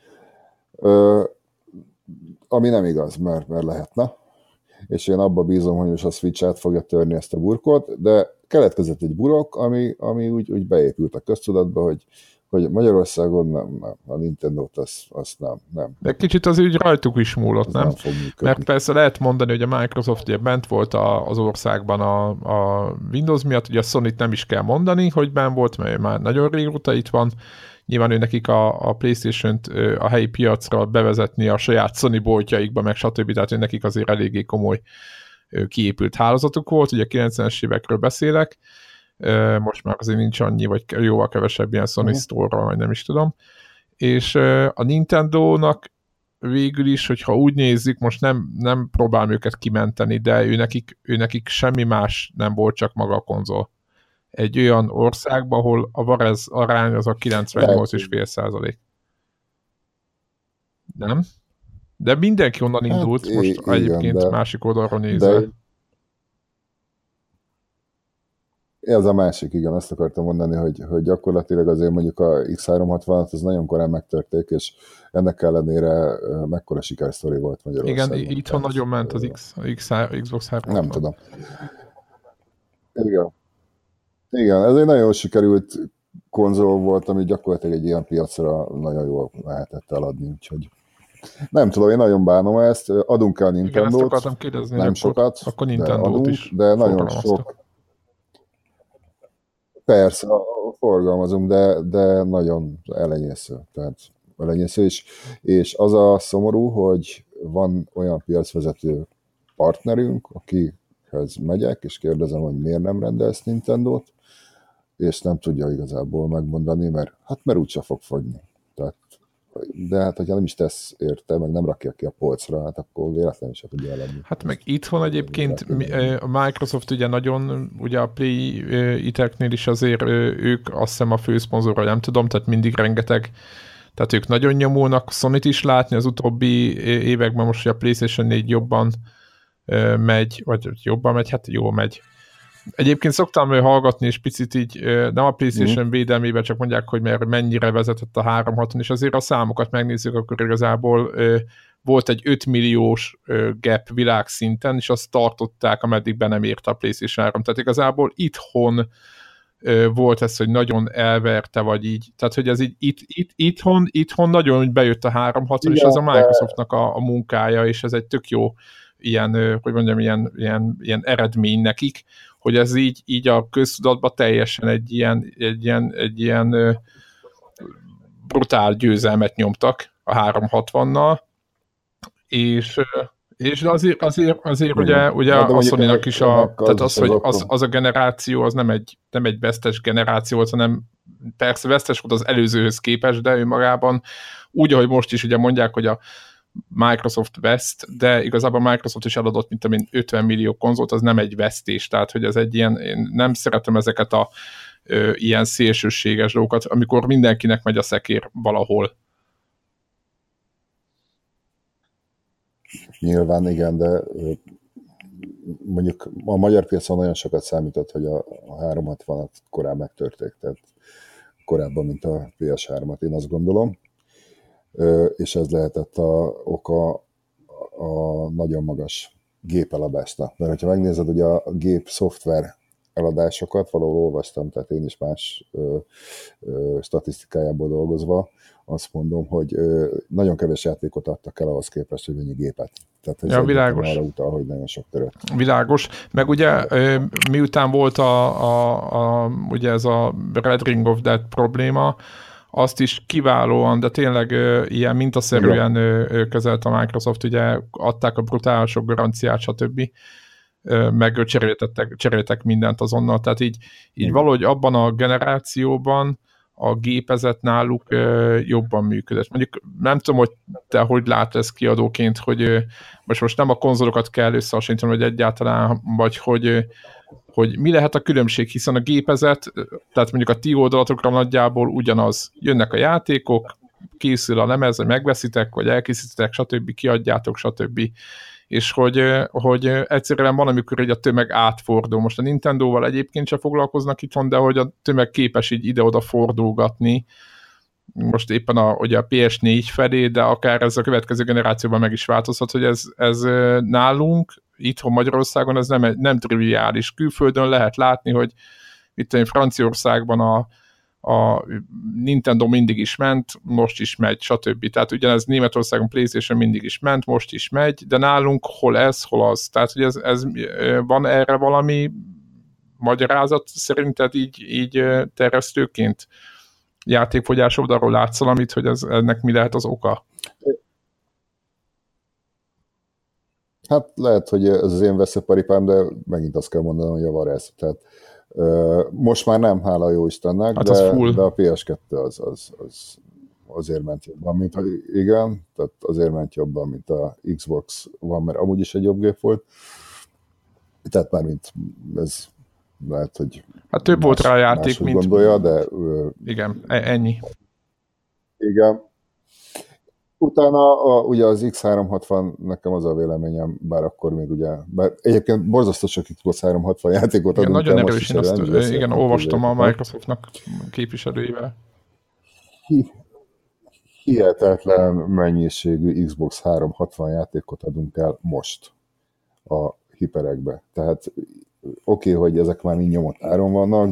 Speaker 3: ami nem igaz, mert lehetne, és én abba bízom, hogy most a Switch át fogja törni ezt a burkot, de keletkezett egy burok, ami úgy beépült a köztudatba, hogy Magyarországon nem, a Nintendo-t azt nem.
Speaker 1: De kicsit az úgy rajtuk is múlott, nem? Mert persze lehet mondani, hogy a Microsoft ugye bent volt az országban a Windows miatt, ugye a Sony-t nem is kell mondani, hogy bent volt, mert már nagyon régóta itt van. Nyilván ő nekik a PlayStation-t a helyi piacra bevezetni a saját Sony boltjaikba, meg stb. Tehát ő nekik azért eléggé komoly kiépült hálózatuk volt, ugye 90-es évekről beszélek, most már azért nincs annyi, vagy jóval kevesebb ilyen Sony Store-ra, vagy nem is tudom. És a Nintendo-nak végül is, hogyha úgy nézzük, most nem próbálom őket kimenteni, de ő nekik semmi más nem volt, csak maga a konzol. Egy olyan országban, ahol a Varez arány az a 98,5%. Nem? De mindenki onnan indult, most igen, egyébként másik oldalról nézve.
Speaker 3: Ez a másik, igen, azt akartam mondani, hogy gyakorlatilag azért mondjuk a X360 az nagyon korán megtörték, és ennek ellenére mekkora sikersztori volt Magyarországon.
Speaker 1: Igen, itthon nagyon ment az Xbox 360.
Speaker 3: Nem tudom. Igen, ez egy nagyon jól sikerült konzol volt, ami gyakorlatilag egy ilyen piacra nagyon jól lehetett eladni, úgyhogy nem tudom, én nagyon bánom ezt, adunk el Nintendót. Igen, ezt
Speaker 1: akartam kérdezni,
Speaker 3: nem sokat,
Speaker 1: akkor Nintendót is
Speaker 3: de nagyon sok. Persze, forgalmazunk, de nagyon elenyésző. Tehát elenyésző is. És az a szomorú, hogy van olyan piacvezető partnerünk, akihez megyek, és kérdezem, hogy miért nem rendelsz Nintendót, és nem tudja igazából megmondani, mert úgyse fog fogyni. Tehát, de hát, hogyha nem is tesz érte, meg nem rakja ki a polcra, hát akkor véletlenül se tudja eladni.
Speaker 1: Hát meg itthon egyébként a Microsoft ugye nagyon, ugye a Play iteknél is azért ők azt hiszem a főszponzorra, nem tudom, tehát mindig rengeteg, tehát ők nagyon nyomulnak, Sony-t is látni az utóbbi években, most a PlayStation 4 jobban megy, vagy jobban megy, hát jól megy. Egyébként szoktam hallgatni, és picit így nem a PlayStation védelmében, csak mondják, hogy mennyire vezetett a 360, és azért a számokat megnézzük, akkor igazából volt egy 5 milliós gap világszinten, és azt tartották, ameddig be nem érte a PlayStation 3. Tehát igazából itthon volt ez, hogy nagyon elverte, vagy így. Tehát, hogy ez így itthon nagyon bejött a 360, és ez a Microsoftnak a munkája, és ez egy tök jó ilyen, hogy mondjam, ilyen eredmény nekik, hogy ez így a köztudatban teljesen egy ilyen brutál győzelmet nyomtak a 360-nal, és azért ugye a Sony-nak is tehát az, hogy az a generáció, az nem egy vesztes generáció volt, hanem persze vesztes volt az előzőhöz képest, de önmagában úgy, ahogy most is ugye mondják, hogy a Microsoft veszt, de igazából a Microsoft is eladott, mint amint 50 millió konzolt, az nem egy vesztés, tehát hogy ez egy ilyen, én nem szeretem ezeket a ilyen szélsőséges dolgokat, amikor mindenkinek megy a szekér valahol.
Speaker 3: Nyilván igen, de mondjuk a magyar piacon nagyon sokat számított, hogy a 360-at korán megtörték, tehát korábban, mint a PS3-at, én azt gondolom. És ez lehetett a oka a nagyon magas gépeladásnak. Mert hogyha megnézed, hogy a gép szoftver eladásokat, valahol olvastam, tehát én is más statisztikájából dolgozva, azt mondom, hogy nagyon kevés játékot adtak el ahhoz képest, hogy mennyi gépet. Tehát ez
Speaker 1: világos.
Speaker 3: Arra utal, hogy nagyon sok törött.
Speaker 1: Világos. Meg ugye miután volt ugye ez a Red Ring of Death probléma, azt is kiválóan, de tényleg ilyen mintaszerűen kezelt a Microsoft, ugye adták a brutál sok garanciát, stb. Meg cseréltek mindent azonnal, tehát így valahogy abban a generációban a gépezet náluk jobban működött. Mondjuk nem tudom, hogy te hogy látod ezt kiadóként, hogy most nem a konzolokat kell összehasonlítani, vagy egyáltalán, vagy hogy mi lehet a különbség, hiszen a gépezet, tehát mondjuk a ti oldalatokra nagyjából ugyanaz. Jönnek a játékok, készül a lemez, hogy megveszitek, vagy elkészítitek, stb., kiadjátok, stb. És hogy egyszerűen van, amikor egy a tömeg átfordul. Most a Nintendóval egyébként sem foglalkoznak itthon, de hogy a tömeg képes így ide-oda fordulgatni. Most éppen ugye a PS4 felé, de akár ez a következő generációban meg is változhat, hogy ez nálunk, itthon Magyarországon ez nem triviális. Külföldön lehet látni, hogy itt Franciaországban a Nintendo mindig is ment, most is megy, stb. Tehát ugyanez Németországon PlayStation mindig is ment, most is megy, de nálunk hol ez, hol az. Tehát, hogy ez van erre valami magyarázat szerinted így terjesztőként? Játékfogyás oldalról látsz valamit, hogy ennek mi lehet az oka?
Speaker 3: Hát lehet, hogy ez az én veszőparipám, de megint azt kell mondanom, hogy javar ez. Tehát most már nem, hála jó Istennek,
Speaker 1: hát
Speaker 3: de a PS2 az azért ment jobban, mint igen, tehát azért ment jobban, mint a Xbox One, mert amúgy is egy jobb gép volt. Tehát már mint ez lehet, hogy
Speaker 1: hát több volt rá a játék, mint
Speaker 3: gondolja, de
Speaker 1: igen, ennyi.
Speaker 3: Igen. Utána ugye az X360 nekem az a véleményem, bár akkor még ugye, bár egyébként borzasztó sok Xbox 360 játékot
Speaker 1: igen,
Speaker 3: adunk
Speaker 1: nagyon
Speaker 3: el,
Speaker 1: erős, én azt igen, olvastam a Microsoftnak képviselőivel.
Speaker 3: Hihetetlen mennyiségű Xbox 360 játékot adunk el most a hiperekbe. Tehát oké, hogy ezek már mind nyomott áron vannak,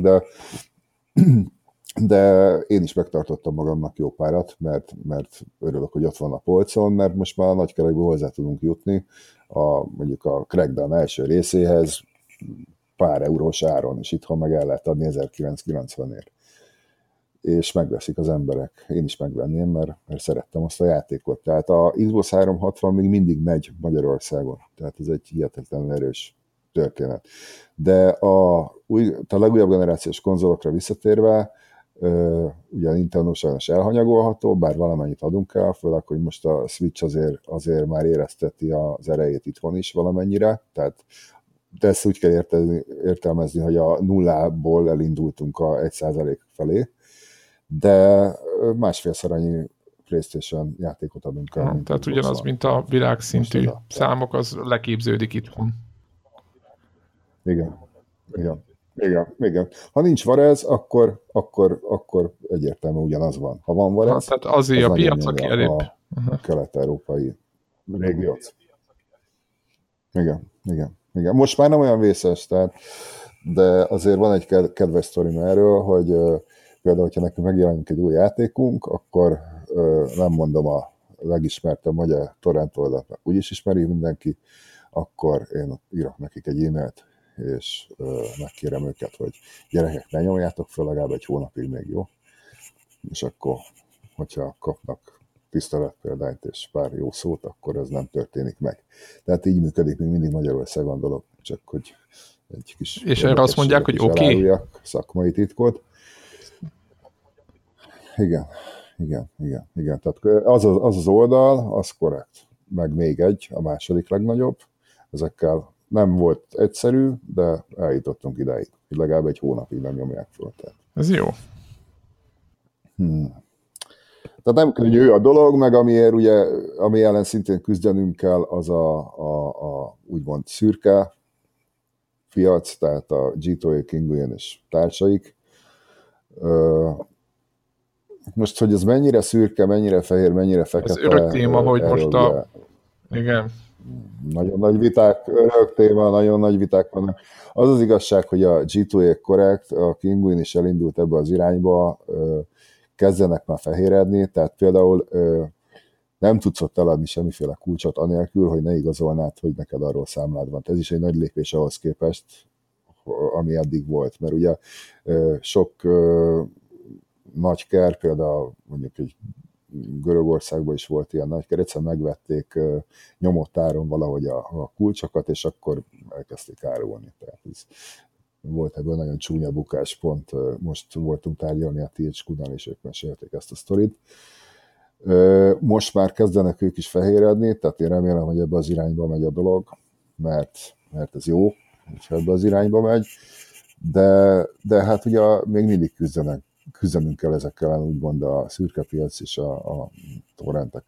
Speaker 3: de én is megtartottam magamnak jó párat, mert örülök, hogy ott van a polcon, mert most már a nagykerekből hozzá tudunk jutni mondjuk a Crackdown első részéhez pár eurós áron, és itthon meg el lehet adni 1990-ért. És megveszik az emberek. Én is megvenném, mert szerettem azt a játékot. Tehát a Xbox 360 még mindig megy Magyarországon. Tehát ez egy hihetetlenül erős történet. De a legújabb generációs konzolokra visszatérve, ugye a Nintendo sajnos elhanyagolható, bár valamennyit adunk el, főleg, hogy most a Switch azért már érezteti az erejét itthon is valamennyire, tehát de ezt úgy kell értelmezni, hogy a nullából elindultunk a 1% felé, de másfélszer annyi PlayStation játékot adunk el.
Speaker 1: Tehát ugyanaz, mint a világszintű számok, az leképződik itthon.
Speaker 3: Igen. Ha nincs Varez, akkor egyértelműen ugyanaz van. Ha van Varez,
Speaker 1: tehát azért a piac, aki elép.
Speaker 3: A kelet-európai régiót. Igen. Most már nem olyan vészes, de azért van egy kedves sztorim erről, hogy például, hogyha nekünk megjelenik egy új játékunk, akkor nem mondom a legismertebb magyar torrent oldalt, úgyis ismeri mindenki, akkor én írok nekik egy e-mailt, és megkérem őket, hogy gyerekek, ne nyomjátok fel legalább egy hónapig még, jó? És akkor, hogyha kapnak tiszteletpéldányt és pár jó szót, akkor ez nem történik meg. Tehát így működik még mindig Magyarországon dolog, csak hogy egy kis...
Speaker 1: És erre azt mondják, hogy oké?
Speaker 3: Szakmai titkot. Igen. Tehát az oldal, az korrekt. Meg még egy, a második legnagyobb. Ezekkel nem volt egyszerű, de eljutottunk idáig, hogy legalább egy hónapig nem nyomják fel. Tehát.
Speaker 1: Ez jó.
Speaker 3: Tehát nem könnyű a dolog, meg amiért ugye, ami ellen szintén küzdenünk kell, az a úgymond szürke piac, tehát a G2A, Kinguin és társaik. Most, hogy ez mennyire szürke, mennyire fehér, mennyire fekete...
Speaker 1: Ez örök téma, hogy most a... Igen.
Speaker 3: Nagyon nagy viták, örök téma, nagyon nagy viták vannak. Az az igazság, hogy a G2A korrekt, a Kinguin is elindult ebbe az irányba, kezdenek már fehéredni, tehát például nem tudsz ott eladni semmiféle kulcsot anélkül, hogy ne igazolnád, hogy neked arról számlád van. Ez is egy nagy lépés ahhoz képest, ami eddig volt, mert ugye sok nagyker, például mondjuk egy Görögországban is volt ilyen nagyker, egyszerűen megvették nyomott áron valahogy a kulcsokat, és akkor elkezdték árulni. Tehát ez volt ebből nagyon csúnya bukáspont. Most voltunk tárgyalni a THQ-nál, és ők mesélték ezt a sztorit. Most már kezdenek ők is fehéredni, tehát én remélem, hogy ebbe az irányba megy a dolog, mert ez jó, hogyha ebbe az irányba megy, de hát ugye még mindig küzdenünk kell ezekkel, úgymond a szürke piac és a torrentek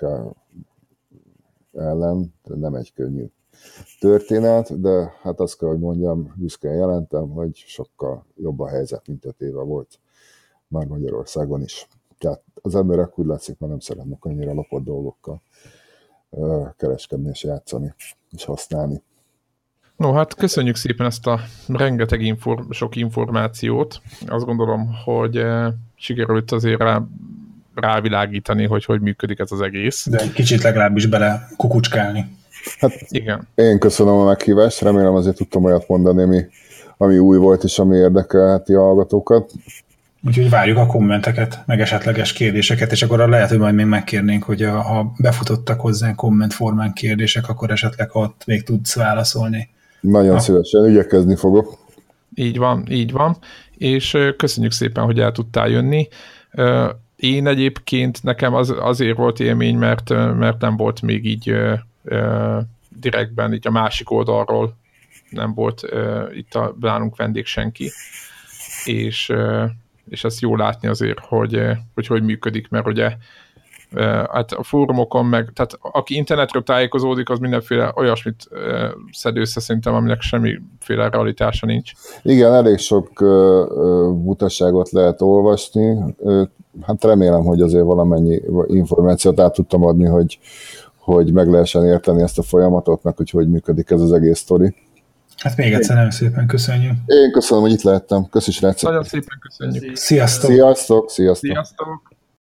Speaker 3: ellen, nem egy könnyű történet, de hát azt kell, hogy mondjam, büszkén jelentem, hogy sokkal jobb a helyzet, mint 5 éve volt már Magyarországon is. Tehát az emberek úgy látszik, már nem szeretnek annyira lopott dolgokkal kereskedni és játszani és használni.
Speaker 1: No, hát köszönjük szépen ezt a rengeteg sok információt. Azt gondolom, hogy sikerült azért rávilágítani, hogy működik ez az egész.
Speaker 2: De egy kicsit legalábbis bele kukucskálni.
Speaker 3: Hát
Speaker 1: igen.
Speaker 3: Én köszönöm a meghívást, remélem azért tudtam olyat mondani, ami új volt és ami érdekelheti a hallgatókat.
Speaker 2: Úgyhogy várjuk a kommenteket, meg esetleges kérdéseket, és akkor lehet, hogy majd még megkérnénk, hogy ha befutottak hozzánk kommentformán kérdések, akkor esetleg ott még tudsz válaszolni.
Speaker 3: Nagyon szívesen, ügyekezni fogok.
Speaker 1: Így van, és köszönjük szépen, hogy el tudtál jönni. Én egyébként nekem azért volt élmény, mert nem volt még így direktben, így a másik oldalról nem volt itt nálunk vendég senki, és ezt jó látni azért, hogy működik, mert ugye hát a fórumokon meg, tehát aki internetről tájékozódik, az mindenféle olyasmit szed össze szerintem, aminek semmiféle realitása nincs.
Speaker 3: Igen, elég sok butaságot lehet olvasni. Hát remélem, hogy azért valamennyi információt át tudtam adni, hogy meg lehessen érteni ezt a folyamatot, meg hogy működik ez az egész sztori.
Speaker 2: Hát még egyszer nagyon szépen köszönjük.
Speaker 3: Én köszönöm, hogy itt lehettem. Köszi, srácok.
Speaker 1: Nagyon szépen köszönjük.
Speaker 2: Sziasztok!
Speaker 3: Sziasztok!
Speaker 1: Sziasztok!